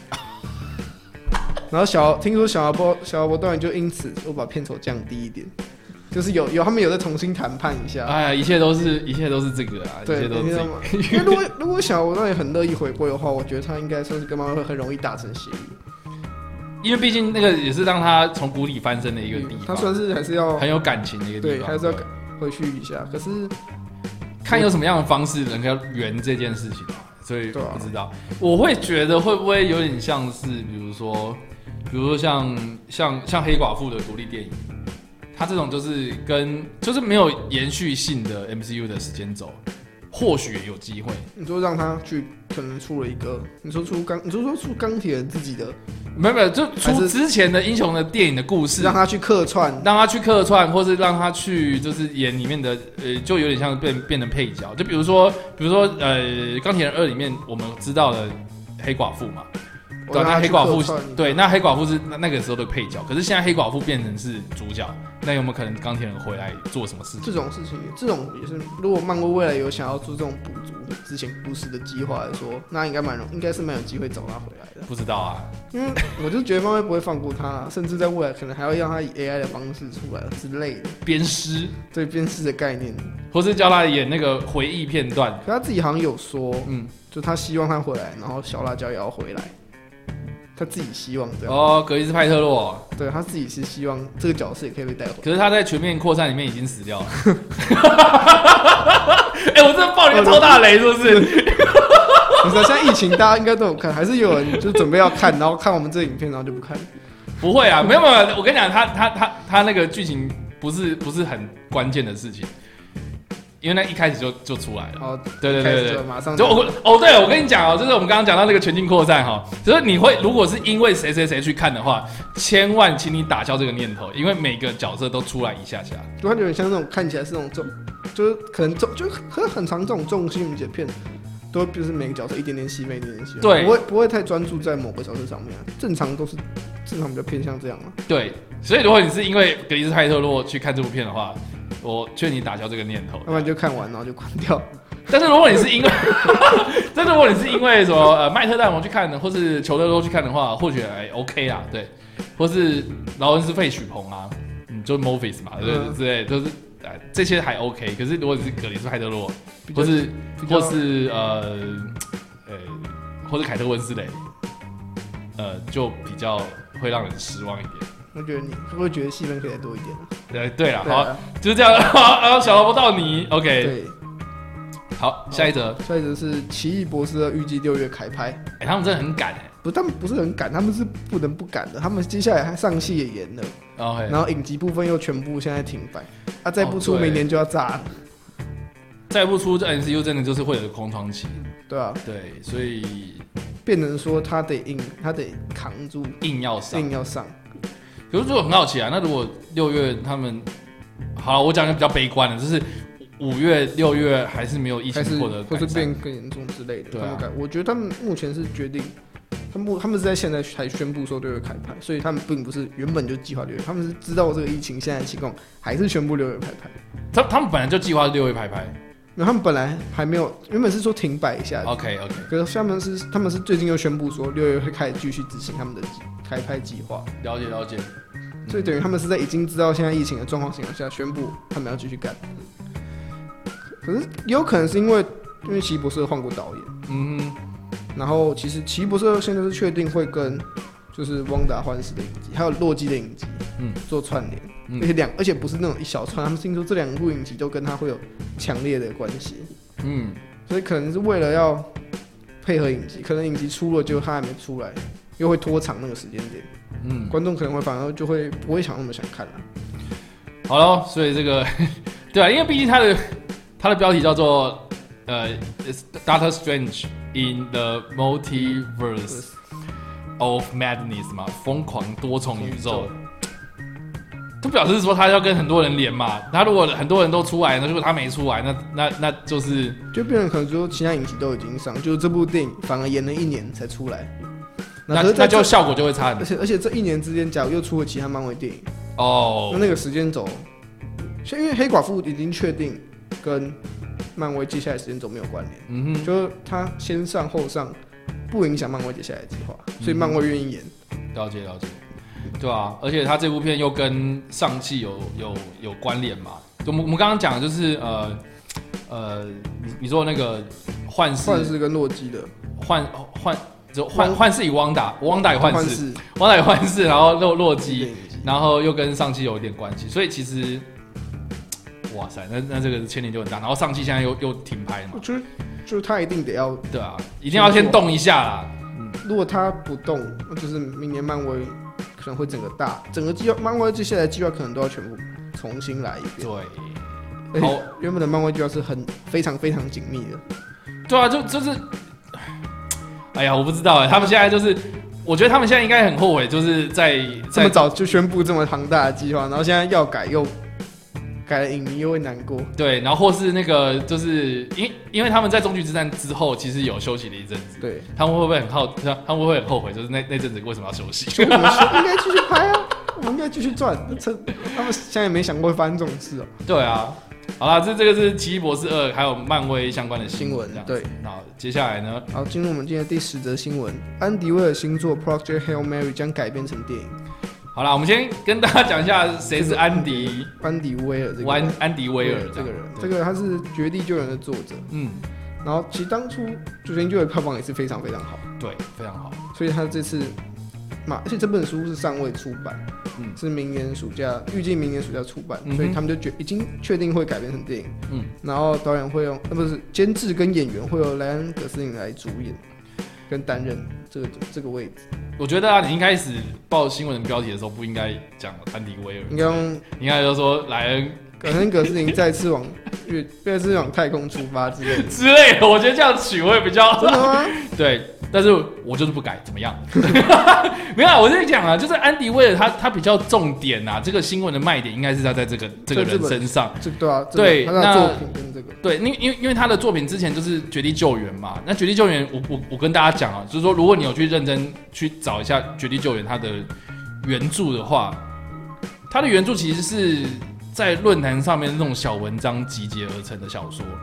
然后小听说小萝卜小萝卜道尼就因此又把片酬降低一点。就是有有他们有在重新谈判一下， 哎呀，一切都是一切都是这个啊， 对， 一切都是这个。 因为如果如果小萝卜道尼很乐意回归的话，我觉得他应该算是跟漫威会很容易达成协议， 因为毕竟那个也是让他从谷底翻身的一个地方， 他算是还是要很有感情的一个地方， 对，还是要回去一下。可是看有什么样的方式能够圆这件事情啊，所以不知道。我会觉得会不会有点像是，比如说，比如说像像像黑寡妇的独立电影。他这种就是跟就是没有延续性的 M C U 的时间轴，或许有机会。 你说让他去可能出了一个，你说出钢，你说说出钢铁人自己的， 没有没有，就出之前的英雄的电影的故事， 让他去客串， 让他去客串，或是让他去就是演里面的，呃，就有点像变变成配角。就比如说，比如说呃，钢铁人二里面我们知道的黑寡妇嘛。对，那黑寡妇对，那黑寡妇是那个时候的配角，可是现在黑寡妇变成是主角，那有没有可能钢铁人回来做什么事情？ 这种事情，这种也是，如果漫威未来有想要做这种补足之前故事的计划来说，那应该蛮容，应该是蛮有机会找他回来的。 不知道啊， 因为我就觉得漫威不会放过他，甚至在未来可能还要让他以 A I 的方式出来之类的。 鞭尸， 对鞭尸的概念， 或是叫他演那个回忆片段。 可他自己好像有说，嗯，就他希望他回来，然后小辣椒也要回来。他自己希望这样哦，格伊斯派特洛， 对他自己是希望这个角色也可以被带回来。 可是他在全面扩散里面已经死掉了。哎、欸，我真的爆了一个超大雷，是不是？ 不是，现在疫情大家应该都有看，还是有人就准备要看，然后看我们这个影片，然后就不看。 不会啊，没有没有，我跟你讲，他他他他那个剧情不是不是很关键的事情。因为那一开始就就出来了，哦，对对对对， 马上就我哦，对了，我跟你讲哦，就是我们刚刚讲到那个全境扩散哈，就是你会如果是因为谁谁谁去看的话，千万请你打消这个念头，因为每个角色都出来一下下， 就它有点像那种看起来是那种重，就是可能重，就很很常这种重心节片，都就是每个角色一点点戏，一点点戏， 对， 不会不会太专注在某个角色上面，正常都是正常比较偏向这样嘛。 对，所以如果你是因为格里斯派特洛去看这部片的话。我劝你打消这个念头， 要不然就看完然后就关掉。 但是如果你是因为，但是如果你是因为什么呃麦特戴蒙去看的，或是裘德罗去看的话，或许还 OK 啦，对，或是劳恩斯费许鹏啊，嗯，就 Morpheus 嘛，对、嗯、之类，都、就是呃这些还 OK。可是如果你是格里斯派德洛，或是或是呃呃或是凯特温斯雷，呃就比较会让人失望一点。 我觉得你会不会觉得戏份可以再多一点、啊？ 对对啦，好，就是这样。好，小萝卜到你 ，OK。 对。 好，下一则， 下一则是《奇异博士二》预计六月开拍。 哎、欸，他们真的很赶哎、欸， 不，他们不是很赶，他们是不能不赶的。他们接下来上戏也延了， okay. 然后影集部分又全部现在停摆，啊，再不出明年就要炸了。 哦、再不出，这 M C U 真的就是会有个空窗期。 对啊， 对，所以变成说他得硬，他得扛住， 硬要上， 硬要上。 可是我很好奇啊，那如果六月他们，好，我讲的比较悲观的，就是五月、六月还是没有疫情或者或是变更严重之类的。 对啊， 他们我觉得他们目前是决定，他们他们是在现在才宣布说六月开拍，所以他们并不是原本就计划六月，他们是知道这个疫情现在的情况，还是宣布六月开拍。 他他们本来就计划六月开拍。 那他们本来还没有，原本是说停摆一下 ，OK OK， 可是他们是他们是最近又宣布说六月会开始继续执行他们的开拍计划。 了解了解， 所以等于他们是在已经知道现在疫情的状况情况下，宣布他们要继续干。可是也有可能是因为因为奇异博士换过导演，嗯，然后其实奇异博士现在是确定会跟就是汪达幻视的影集，还有洛基的影集，嗯，做串联。而且两，而且不是那种一小串，他们听说这两部影集都跟他会有强烈的关系，嗯，所以可能是为了要配合影集，可能影集出了就他还没出来，又会拖长那个时间点，嗯，观众可能会反而就会不会想那么想看了。 好了，所以这个对啊，因为毕竟他的他的标题叫做呃 Doctor Strange in the Multiverse of Madness 嘛，疯狂多重宇宙。就表示说他要跟很多人连嘛，他如果很多人都出来，那如果他没出来，那那那就是就变成可能说其他影集都已经上，就是这部电影反而延了一年才出来， 那那就效果就会差很多。 而且而且这一年之间，假如又出了其他漫威电影， 哦， 那那个时间轴，因为黑寡妇已经确定跟漫威接下来时间轴没有关联，嗯哼，就是他先上后上，不影响漫威接下来的计划，所以漫威愿意演。 了解了解。对啊，而且他这部片又跟上季有有有关联嘛。我们我们刚刚讲的就是呃呃，你你说那个幻视， 幻视跟洛基的幻幻就幻幻视与汪达，汪达与幻视，汪达与幻视，然后洛洛基，然后又跟上季有一点关系，所以其实哇塞，那那这个牵连就很大。然后上季现在又又停拍嘛， 我觉得就是他一定得要对啊，一定要先动一下啦。 嗯，如果他不动，就是明年漫威。可能会整个大整个计划，漫威接下来的计划可能都要全部重新来一遍。 对， 好，原本的漫威计划是很非常非常紧密的。 对啊，就就是，哎呀，我不知道哎，他们现在就是，我觉得他们现在应该很后悔，就是在这么早就宣布这么庞大的计划，然后现在要改又改了，影迷又会难过。 对，然后或是那个就是因因为他们在终局之战之后，其实有休息了一阵子。对，他们会不会很好？他们会不会很后悔？就是那那阵子为什么要休息？ 我们应该继续拍啊，我们应该继续赚。他们现在也没想过会发生这种事哦、喔。 对啊，好啦，这这个是奇异博士二还有漫威相关的新闻。 对， 好，接下来呢？ 好，进入我们今天的第十则新闻：安迪威尔新作《Project Hail Mary》将改编成电影。 好啦，我们先跟大家讲一下谁是安迪安迪威尔这个安安迪威尔这个人，这个他是《绝地救援》的作者，嗯，然后其实当初《绝地救援》票房也是非常非常好， 对，非常好， 所以他这次嘛，而且这本书是尚未出版，嗯，是明年暑假预计明年暑假出版，嗯、所以他们就决已经确定会改编成电影，嗯，然后导演会用呃不是监制跟演员会由莱恩·葛斯林来主演跟担任这个这个位置。 我觉得啊，你一开始报新闻的标题的时候，不应该讲安迪威尔， 应该用， 应该就说莱恩葛恩葛斯林再次往月，再次往太空出发之类的之类的。我觉得这样取会比较真的吗？ 对，但是我就是不改，怎么样？没有啊，我在讲啊，就是安迪威尔他他比较重点啊，这个新闻的卖点应该是他在这个这个人身上。 这对啊， 对， 他的作品跟这个对，因为因为因为他的作品之前就是《绝地救援》嘛，那《绝地救援》我我我跟大家讲啊，就是说如果你有去认真去找一下《绝地救援》它的原著的话，它的原著其实是在论坛上面那种小文章集结而成的小说，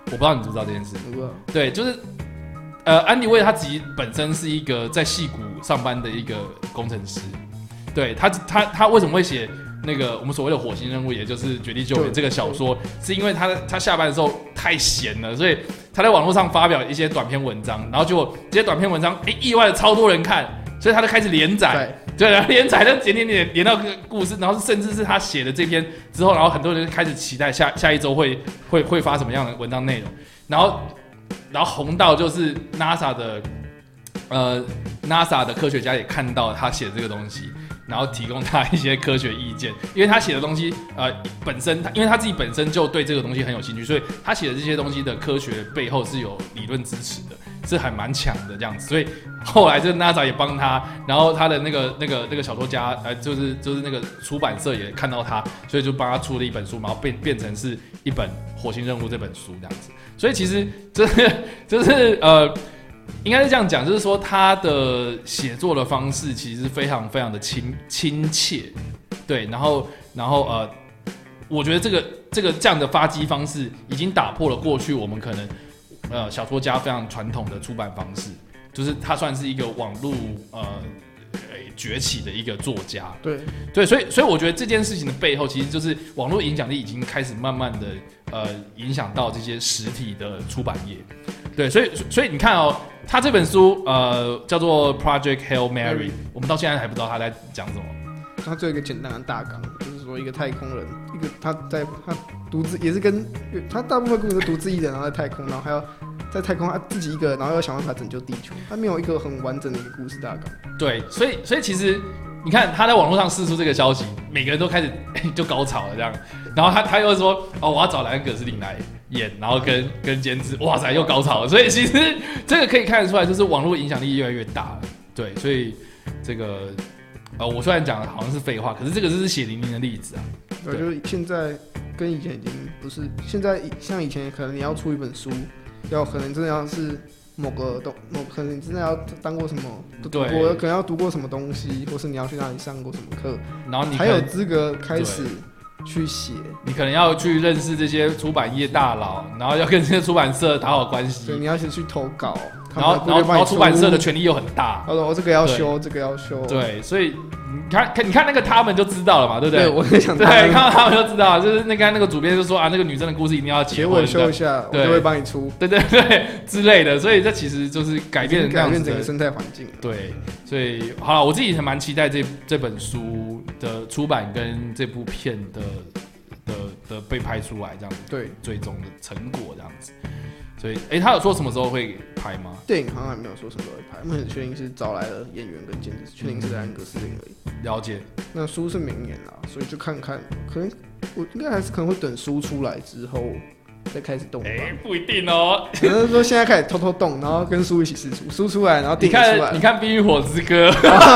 我不知道你知不知道这件事？ 我不知道。 对，就是呃，安迪威他自己本身是一个在矽谷上班的一个工程师。对他，他他为什么会写那个我们所谓的火星任务，也就是《绝地救援》这个小说，是因为他他下班的时候太闲了，所以他在网络上发表一些短篇文章，然后结果这些短篇文章，哎、欸，意外的超多人看，所以他就开始连载，对，然后连载就点点点连到个故事，然后甚至是他写的这篇之后，然后很多人就开始期待下下一周会会会发什么样的文章内容，然后然后红到就是 NASA 的呃 NASA 的科学家也看到他写的这个东西。然后提供他一些科学意见，因为他写的东西，呃，本身因为他自己本身就对这个东西很有兴趣，所以他写的这些东西的科学背后是有理论支持的，是还蛮强的这样子。所以后来这个 NASA 也帮他，然后他的那个那个那个小说家，呃，就是就是那个出版社也看到他，所以就帮他出了一本书，然后变变成是一本《火星任务》这本书这样子。所以其实这就是呃。应该是这样讲，就是说他的写作的方式其实非常非常的亲亲切，对，然后然后呃，我觉得这个这个这样的发迹方式已经打破了过去我们可能呃小说家非常传统的出版方式，就是他算是一个网络呃崛起的一个作家， 对对，所以所以我觉得这件事情的背后，其实就是网络影响力已经开始慢慢的呃影响到这些实体的出版业。对，所以所以你看哦，他这本书呃叫做 Project Hail Mary，、嗯、我们到现在还不知道他在讲什么。 他做一个简单的大纲，就是说一个太空人，一个他在他独自也是跟他大部分故事都独自一人，然后在太空，然后还要在太空他自己一个人，然后要想办法拯救地球。他没有一个很完整的一个故事大纲。对， 所以所以其实你看他在网络上释出这个消息，每个人都开始就高潮了这样，然后他他又说哦我要找莱恩·葛斯林来演，然后跟跟监制，哇塞又高潮了，所以其实这个可以看得出来，就是网络影响力越来越大了。对，所以这个呃我虽然讲的好像是废话，可是这个就是血淋淋的例子啊。 对，就是现在跟以前已经不是，现在像以前可能你要出一本书，要可能真的要是。某个东，某可能你真的要当过什么，读过可能要读过什么东西，或是你要去哪里上过什么课， 然后你才有资格开始去写。 你可能要去认识这些出版业大佬，然后要跟这些出版社打好关系。 对，你要先去投稿， 然后然后然后出版社的权力又很大。 哦，这个要修，这个要修。 对，所以你看，你看那个他们就知道了嘛，对不对？ 对，我也想。 对，看到他们就知道，就是那个那个主编就说啊，那个女生的故事一定要结婚， 结尾修一下，我就会帮你出。 对对对之类的，所以这其实就是改变改变整个生态环境。 对，所以好了，我自己还蛮期待这这本书的出版跟这部片的的的被拍出来这样子， 对， 最终的成果这样子。所以，哎、欸，他有说什么时候会拍吗？ 电影好像还没有说什么时候会拍，目前确定是找来了演员跟监制，确定是莱恩·葛斯林而已。 了解。那书是明年啦，所以就看看，可能我应该还是可能会等书出来之后再开始动吧。 哎、欸，不一定哦。 可能说现在开始偷偷动，然后跟书一起释出，书出来，然后电影出来。 你看《冰与火之歌》，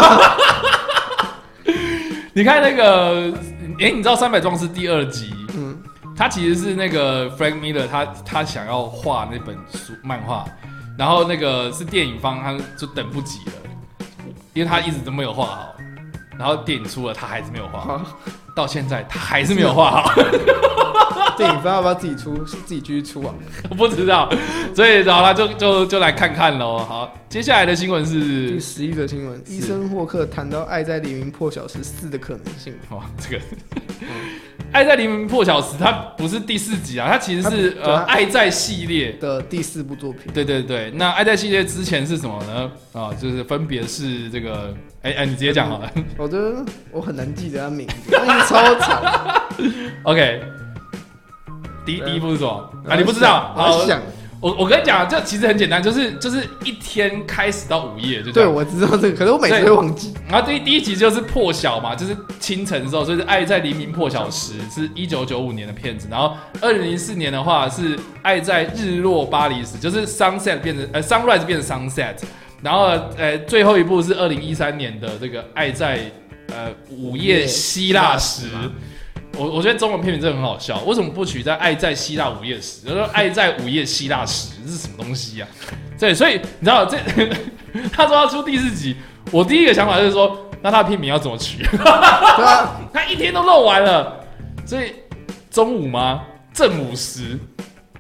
你看那个，哎、欸，你知道《三百壮士》第二集？嗯。他其实是那个 Frank Miller， 他他想要画那本书漫画，然后那个是电影方，他就等不及了，因为他一直都没有画好，然后电影出了，他还是没有画好，到现在他还是没有画好。 电影方要不要自己出？是自己继续出啊？ 我不知道，所以然后他就就就来看看喽。好，接下来的新闻是第十一则新闻，医生霍克谈到《爱在黎明破晓时四》的可能性。 哇，这个。爱在黎明破晓时，它不是第四集啊，它其实是呃爱在系列的第四部作品。 对对对，那爱在系列之前是什么呢？啊，就是分别是这个，哎、欸、哎、欸，你直接讲好了。 我觉得我很难记得他名字，因为超长。 OK， 第第一部是什么？啊，你不知道？ 我想。 我我跟你讲，这其实很简单，就是就是一天开始到午夜就这样。对，我知道这个，可是我每次会忘记。 然后第第一集就是破晓嘛，就是清晨的时候，所以是《爱在黎明破晓时》，是一九九五年的片子。然后二零零四年的话是《爱在日落巴黎时》，就是 sunset 变成呃 sunrise 变成 sunset。然后呃最后一部是二零一三年的这个《爱在呃午夜希腊时》。我我觉得中文片名真的很好笑，为什么不取在《爱在希腊午夜时》？就是《爱在午夜希腊时》这是什么东西啊？对，所以你知道这他说要出第四集，我第一个想法就是说，那他的片名要怎么取？对啊，他一天都弄完了，所以中午吗？正午时，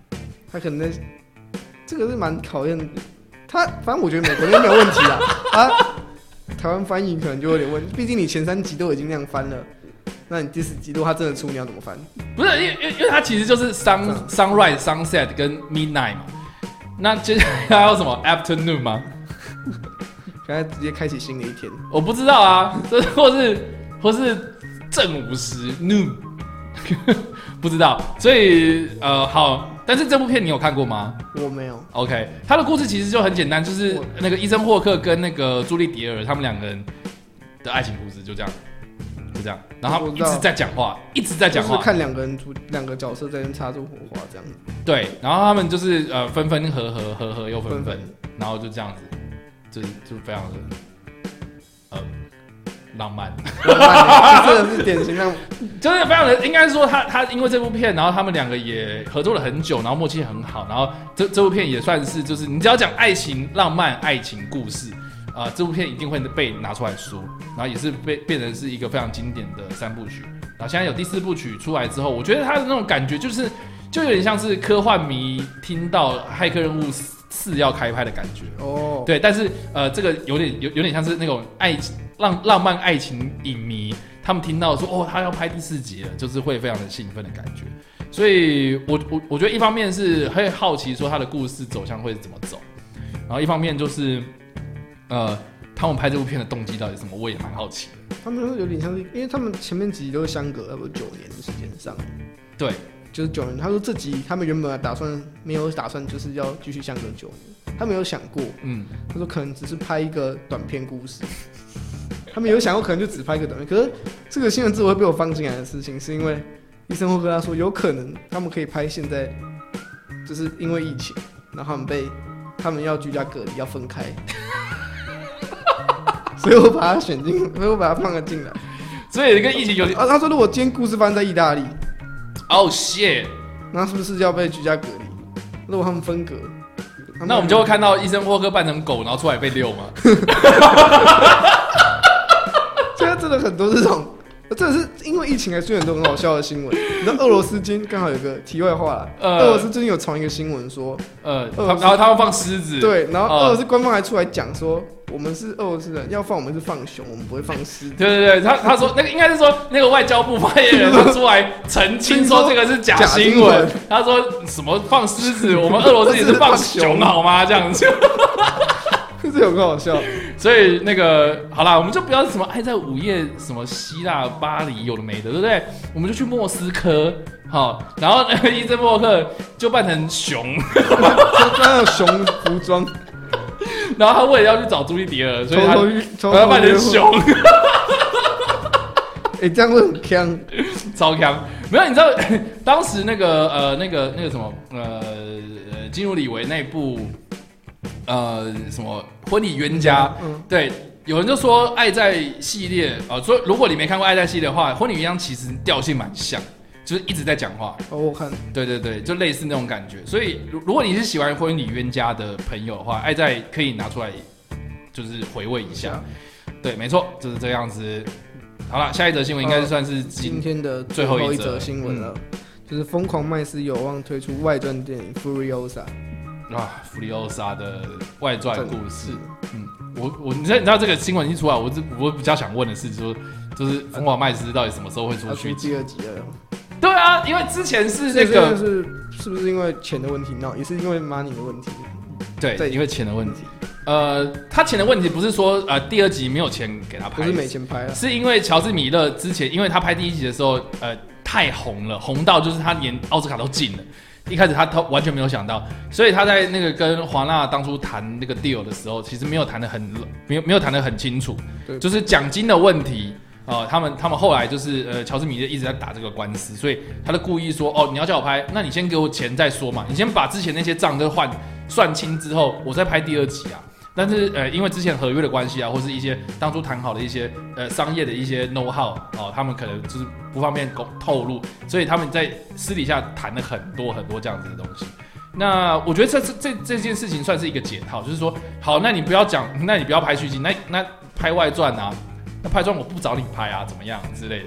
他可能在这个是蛮考验他，反正我觉得美国那边没有问题啊，啊，台湾翻译可能就有点问题，毕竟你前三集都已经那样翻了。那你第四集如果他真的出，你要怎么翻？ 不是，因为因为它其实就是 sun sunrise、sunset 跟 midnight 嘛。那接下来还有什么 afternoon 吗？ 现在直接开启新的一天。 我不知道啊，这或是或是正午时 noon， 不知道。所以呃好，但是这部片你有看过吗？ 我没有。 OK， 他的故事其实就很简单，就是那个伊森霍克跟那个朱莉迪尔他们两个人的爱情故事，就这样。就这样，然后他们一直在讲话，一直在讲话， 就是看两个人两个角色在那擦出火花这样子。 对，然后他们就是呃分分合合，合合又分分，分分然后就这样子，就是就非常的呃浪漫， 浪漫，真的是典型浪漫， 就是非常的，应该是说他他因为这部片，然后他们两个也合作了很久，然后默契很好，然后这这部片也算是就是你只要讲爱情、浪漫、爱情故事。啊、呃，这部片一定会被拿出来说，然后也是被变成是一个非常经典的三部曲。然后现在有第四部曲出来之后，我觉得它的那种感觉就是，就有点像是科幻迷听到《骇客任务四》要开拍的感觉。哦，对，但是呃，这个有点有有点像是那种爱浪浪漫爱情影迷，他们听到说哦，他要拍第四集了，就是会非常的兴奋的感觉。所以我我我觉得一方面是会好奇说他的故事走向会怎么走，然后一方面就是。呃，他们拍这部片的动机到底是什么？我也蛮好奇的。 他们有点像是，因为他们前面几集都是相隔差不多九年的时间上。 对， 就是九年。他说这集他们原本打算没有打算就是要继续相隔九年，他们有想过，嗯，他说可能只是拍一个短片故事。他们有想过可能就只拍一个短片，可是这个新闻之后会被我放进来的事情，是因为医生会跟他说，有可能他们可以拍现在，就是因为疫情，然后他们被他们要居家隔离，要分开。所以我把它选进，所以我把它放了进来。 所以跟疫情有点啊，他说如果今天故事发生在意大利， 哦、oh, shit， 那是不是要被居家隔离？如果他们分隔， 那我们就会看到医生沃克扮成狗，然后出来被遛吗？ 现在真的很多这种，真的是因为疫情还出现很多很好笑的新闻。你知道俄罗斯今天刚好有个题外话啦，呃、俄罗斯最近有传一个新闻说，呃， 然后他们放狮子， 对，然后俄罗斯官方还出来讲说。我们是俄罗斯人，要放我们是放熊，我们不会放狮子。 对对对，他他说那个应该是说那个外交部发言人他出来澄清说这个是假新闻。他说什么放狮子，我们俄罗斯也是放熊好吗？这样子， 这有个好笑。 所以那个好啦，我们就不要什么爱在午夜什么希腊巴黎有的没的，对不对？我们就去莫斯科。好，然后那个伊森沃克就扮成熊， 穿着熊服装。 然后他为了要去找朱莉迪尔，所以他把他扮成熊。 哎、欸，这样会很强， 超强。没有，你知道当时那个呃那个那个什么呃基努里维那部呃什么婚礼冤家，嗯、对，有人就说《爱在》系列啊、呃，说如果你没看过《爱在》系列的话，《婚礼冤家》其实调性蛮像。就是一直在讲话哦，我看， 对对对，就类似那种感觉。所以，如果你是喜欢婚礼冤家的朋友的话，爱在可以拿出来，就是回味一下。对，没错，就是这样子。好了，下一则新闻应该算是 今,、 呃、今天的最后一则新闻了，嗯、就是疯狂麦斯有望推出外传电影《Furiosa》 啊，《Furiosa》的外传故事。嗯，我我你知道你知道这个新闻一出来，我我比较想问的是说，就是疯狂麦斯到底什么时候会出去？ 第二集了。 对啊，因为之前是那个是是不是因为钱的问题？那也是因为 money 的问题。 对，因为钱的问题。呃，他钱的问题不是说呃第二集没有钱给他拍， 不是没钱拍了， 是因为乔治米勒之前，因为他拍第一集的时候，呃，太红了，红到就是他连奥斯卡都进了。一开始他他完全没有想到，所以他在那个跟华纳当初谈那个 deal 的时候，其实没有谈得很没有没有谈得很清楚，就是奖金的问题。哦，他们他们后来就是呃，乔治米勒一直在打这个官司，所以他就故意说，哦，你要叫我拍，那你先给我钱再说嘛，你先把之前那些账都换算清之后，我再拍第二集啊。但是呃，因为之前合约的关系啊，或是一些当初谈好的一些呃商业的一些 know how 哦，他们可能就是不方便透露，所以他们在私底下谈了很多很多这样子的东西。那我觉得这这这件事情算是一个解套，就是说，好，那你不要讲，那你不要拍续集，那那拍外传啊。那拍传我不找你拍啊，怎么样之类的？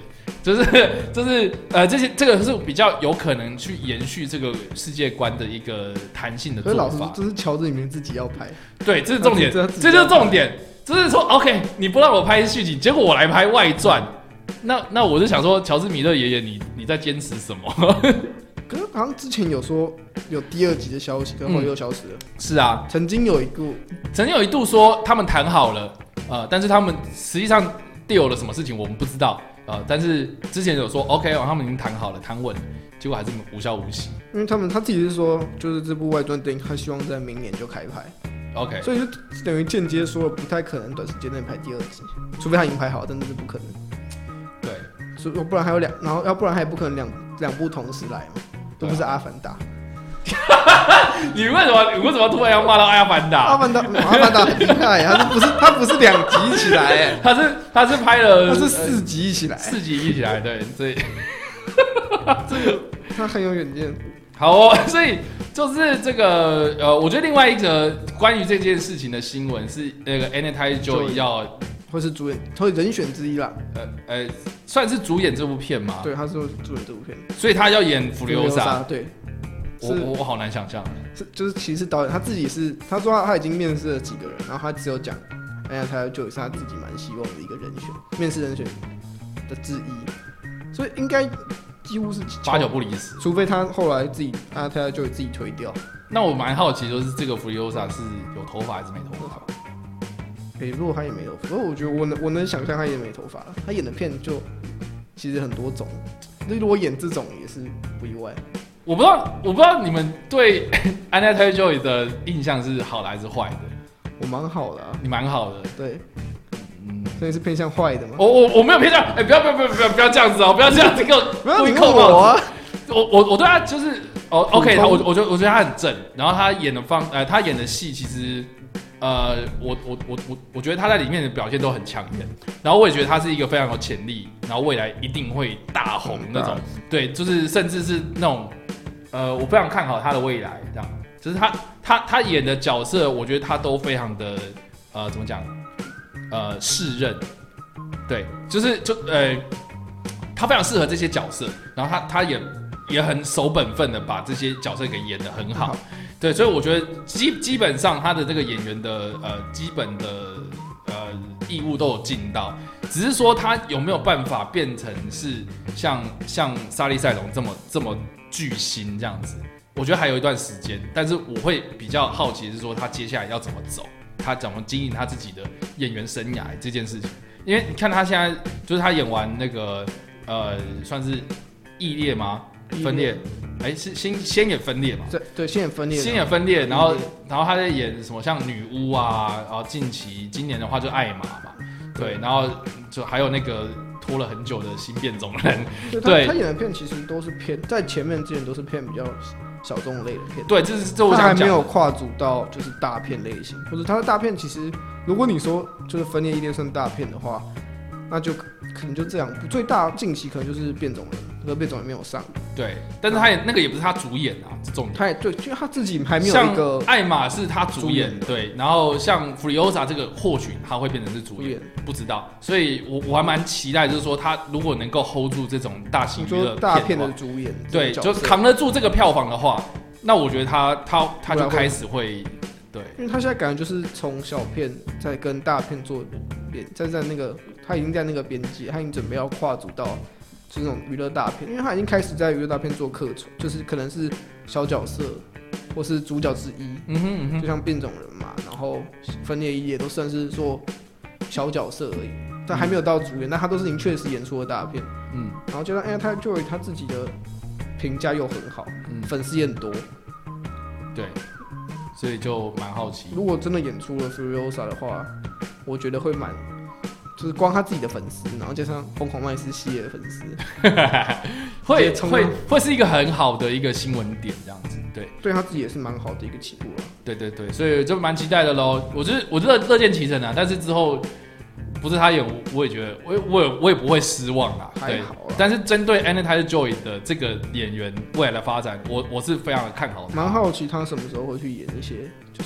就是就是呃，这些这个是比较有可能去延续这个世界观的一个弹性的做法。 可是老师，这是乔治里面自己要拍， 对，这是重点，这就是重点，就是说 ，OK， 你不让我拍续集，结果我来拍外传，那那我就想说，乔治米勒爷爷，你你在坚持什么？ 可是好像之前有说有第二集的消息，可后来又消失了。 嗯、是啊， 曾经有一度， 曾经有一度说他们谈好了，呃，但是他们实际上 deal 了什么事情我们不知道，呃，但是之前有说 OK 哦，他们已经谈好了，谈稳了，结果还是无效无息。 因为他们他自己是说，就是这部外传电影，他希望在明年就开拍。 OK， 所以就等于间接说了，不太可能短时间内拍第二集，除非他已经拍好，但这是不可能。 对， 所以不然还有两，然后要不然还不可能两两部同时来嘛。都不是阿凡达， 你为什么你为什么突然要骂到阿凡达？ 阿凡达，阿凡达很厉害，他是不是他不是两集一起来？ 他是他是拍了， 他是四集一起来， 四集一起来，对，所以这个他很有远见。 好哦，所以就是这个呃，我觉得另外一个关于这件事情的新闻是那个 Anya Taylor-Joy 要。 会是主演，会人选之一啦。 呃呃，算是主演这部片吗？ 对，他是主演这部片， 所以他要演弗利欧莎。 对， 我我我好难想象。 是就是其实导演他自己是，他说 他, 他已经面试了几个人，然后他只有讲，哎呀，他就是他自己蛮希望的一个人选，面试人选的之一，所以应该几乎是八九不离十， 除非他后来自己啊，他就自己推掉。 那我蛮好奇，就是这个弗利欧莎是有头发还是没头发？ 欸、如果他也没头发，不过我觉得我能我能想象他也没头发了。他演的片就其实很多种，如果演这种也是不意外。 我不知道，我不知道你们对 Anya Taylor-Joy 的印象是好的还是坏的？ 我蛮好的、啊， 你蛮好的， 对，嗯，所以是偏向坏的吗？ 我我我没有偏向，哎、欸，不要不要不要不要不要这样子哦，不要这样子给我故意扣帽啊！ 我我我对他就是哦 ，OK， 他我我觉得我觉得他很正，然后他演的方呃他演的戏其实。呃，我我我我我觉得他在里面的表现都很抢眼，然后我也觉得他是一个非常有潜力，然后未来一定会大红那种，对，就是甚至是那种，呃，我非常看好他的未来，这样，就是他他他演的角色，我觉得他都非常的呃，怎么讲，呃，适任，对，就是就呃，他非常适合这些角色，然后他他也也很守本分的把这些角色给演得很好。对，所以我觉得基基本上他的这个演员的呃基本的呃义务都有尽到，只是说他有没有办法变成是像像莎莉赛隆这么这么巨星这样子，我觉得还有一段时间。但是我会比较好奇的是说他接下来要怎么走，他怎么经营他自己的演员生涯这件事情。因为你看他现在就是他演完那个呃算是异裂吗？分裂。哎、欸，是先先演分裂嘛？ 对对，先演分裂， 先演分裂，然后然后他在演什么像女巫啊，然后近期今年的话就艾玛嘛，对，然后就还有那个拖了很久的新变种人， 对， 对， 他, 他演的片其实都是偏在前面之前都是偏比较小众类的片， 对，这是这我想讲， 他还没有跨足到就是大片类型，或者他的大片其实如果你说就是分裂一列算大片的话，那就可能就这样，最大近期可能就是变种人，可变种人没有上。 对，但是他也那个也不是他主演啊，是重点。 他也对，就他自己还没有一个。 像艾玛是他主演，对，然后像弗里欧莎这个或许他会变成是主演，不知道。所以我我还蛮期待，就是说他如果能够 hold 住这种大型娱乐大片的主演， 对，就扛得住这个票房的话，那我觉得他他他就开始会。对， 因为他现在感觉就是从小片在跟大片做边，在在那个他已经在那个边界，他已经准备要跨足到就是那种娱乐大片，因为他已经开始在娱乐大片做客串，就是可能是小角色或是主角之一，嗯哼嗯哼，就像变种人嘛，然后分裂一也都算是说小角色而已，但还没有到主演，但他都是已经确实演出了大片，嗯，然后加上 Anya Taylor-Joy 他自己的评价又很好，嗯，粉丝也很多， 对。所以就蛮好奇， 如果真的演出了 Furiosa 的话，我觉得会蛮，就是光他自己的粉丝，然后加上疯狂麦斯系列的粉丝， 会会会是一个很好的一个新闻点，这样子，对， 对他自己也是蛮好的一个起步了。 对对对，所以就蛮期待的喽。我觉得我觉得乐见其成啊，但是之后不是他演，我也觉得我我也我也不会失望啊。 还好啦。 但是针对 Anya Taylor-Joy 的这个演员未来的发展，我我是非常的看好他。 蛮好奇他什么时候会去演一些就是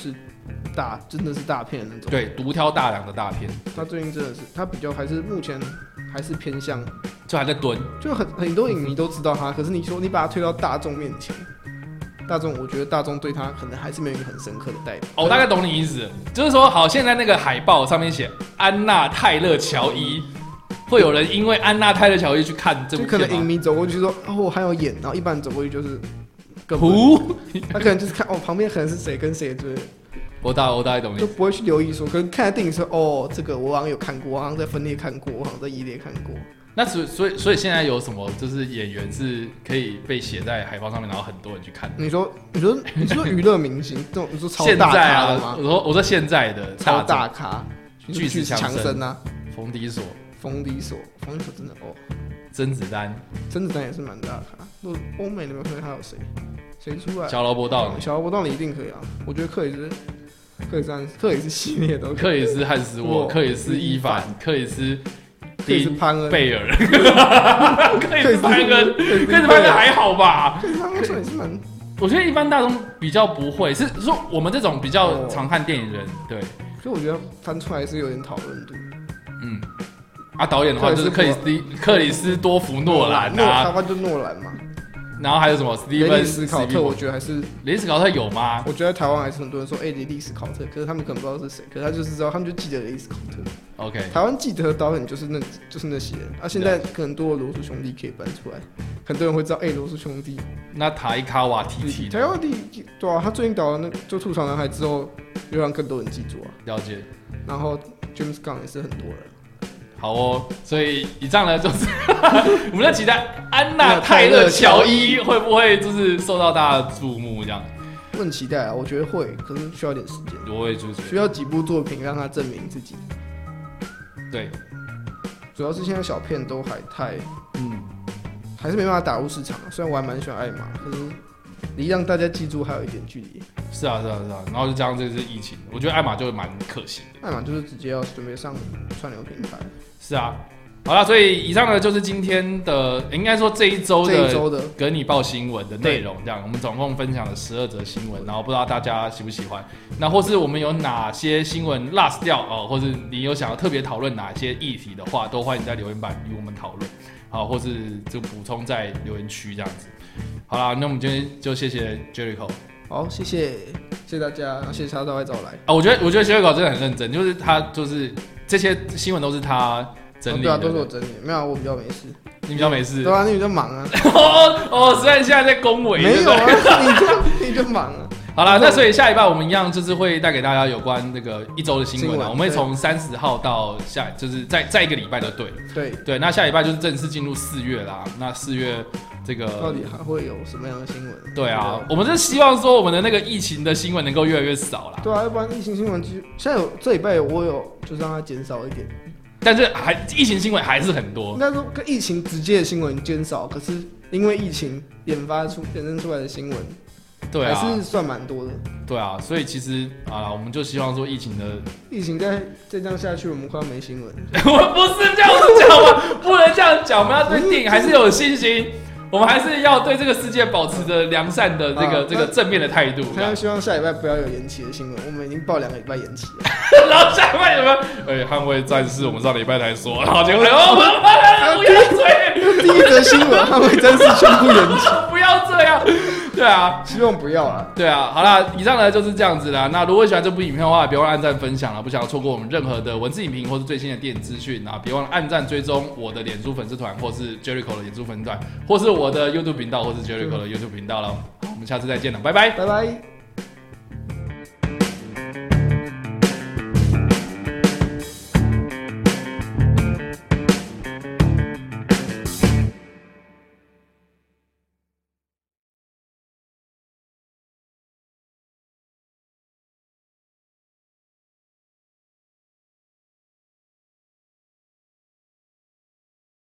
大，真的是大片的那种。 对，独挑大梁的大片。 他最近真的是，他比较还是目前还是偏向， 就还在蹲， 就很很多影迷都知道他，可是你说你把他推到大众面前，大众我觉得大众对他可能还是没有一个很深刻的代表。 哦，我大概懂你意思，就是说，好，现在那个海报上面写安娜泰勒乔伊。会有人因为安娜泰勒乔伊去看这部片吗？ 就可能影迷走过去说哦，我还有演，然后一般人走过去就是胡， 他可能就是看哦旁边可能是谁跟谁追， 我大我大概懂你， 就不会去留意说，可能看电影说哦这个我好像有看过，我好像在分裂看过，我好像在一列看过。 那所以所以所以现在有什么就是演员是可以被写在海报上面，然后很多人去看？ 你说你说你说娱乐明星这种，你说超大咖的吗？ 啊、我说我说现在的超大咖， 巨石强森啊， 冯迪索。 冯迪索，冯迪索真的哦， 甄子丹， 甄子丹也是蛮大咖。如果欧美那边会还有谁？谁出来？ 小劳勃道尼， 小劳勃道尼一定可以啊。我觉得克里斯，克里斯，克里斯系列都可以。 克里斯汉斯沃，克里斯伊凡，克里斯， 克里斯潘恩， 贝尔，克里斯潘恩，克里斯潘恩还好吧？ 克里斯潘恩也是蛮。 我觉得一般大众比较不会，是说我们这种比较常看电影人，对。 所以我觉得翻出来是有点讨论度。 嗯。啊，导演的话就是克里斯克里斯多弗诺兰啊， 台湾就诺兰嘛。 然后还有什么史蒂芬史考特，我觉得还是雷斯考特有吗？ 我觉得台湾还是很多人说，哎、欸，雷利史考特，可是他们可能不知道是谁，可是他就是知道，他们就记得雷利史考特。 OK， 台湾记得导演就是那，就是那些人啊。现在很多罗素兄弟可以搬出来，很多人会知道，哎、欸，罗素兄弟。 那塔伊卡瓦提提， 塔伊卡瓦提提，对啊，他最近导的那就《吐槽男孩》之后，又让更多人记住啊。 了解。 然后 James Gunn 也是很多人。 好哦，所以以上呢就是我们在期待安娜泰勒乔伊会不会就是受到大家的注目这样。 我很期待啊，我觉得会，可是需要点时间。 我也就是需要几部作品让他证明自己。 对， 主要是现在小片都还太， 嗯， 还是没办法打入市场。虽然我还蛮喜欢艾玛，可是离让大家记住还有一点距离。 是啊，是啊，是啊。然后就加上这次疫情，我觉得艾玛就蛮可惜的。 艾玛就是直接要准备上串流平台。 是啊，好了，所以以上呢就是今天的，应该说这一周的这一周的跟你报新闻的内容。这样，我们总共分享了十二则新闻，然后不知道大家喜不喜欢。那或是我们有哪些新闻 lost 掉哦，或是你有想要特别讨论哪些议题的话，都欢迎在留言板与我们讨论，好，或是就补充在留言区这样子。好啦，那我们今天就谢谢 Jericho。 好，谢谢，谢谢大家，谢谢叉烧会找我来啊。我觉得，我觉得 Jericho 真的很认真，就是他就是这些新闻都是他整理的、 哦，对啊，都是我整理的，没有，我比较没事。 你比较没事， 对啊，你比较忙啊。 哦哦，虽然现在在恭维， 没有啊，你就你就忙啊。 好啦，那所以下一半我们一样就是会带给大家有关那个一周的新闻啊，我们会从三十号到下，就是再再一个礼拜就对了。 对对，那下礼拜就是正式进入四月啦。那四月这个到底还会有什么样的新闻？ 对啊，我们是希望说我们的那个疫情的新闻能够越来越少啦。 对啊，要不然疫情新闻其实现在有这礼拜我有就是让它减少一点。 但是还疫情新闻还是很多， 应该说跟疫情直接的新闻减少，可是因为疫情研发出衍生出来的新闻， 对啊， 还是算蛮多的。 对啊，所以其实啊，我们就希望说疫情的疫情再再这样下去，我们快要没新闻。 我不是这样讲嘛，不能这样讲，我们要对电影还是有信心。我们还是要对这个世界保持着良善的这个、啊、这个正面的态度。 他希望下礼拜不要有延期的新闻，我们已经报两个礼拜延期了。 然后下礼拜什么？哎、欸，捍卫战士，我们上礼拜才说，然后结果哦，不要不要追， 第一则新闻，捍卫战士全部延期， 不要这样。对啊， 希望不要啦。 对啊，好啦，以上呢就是这样子啦。那如果喜欢这部影片的话，别忘了按赞分享了，不想要错过我们任何的文字影评或是最新的电影资讯啊，别忘了按赞追踪我的脸书粉丝团，或是 Jericho 的脸书粉丝团，或是我的 YouTube 频道，或是 Jericho 的 YouTube 频道了。好，我们下次再见了，拜拜， 拜拜。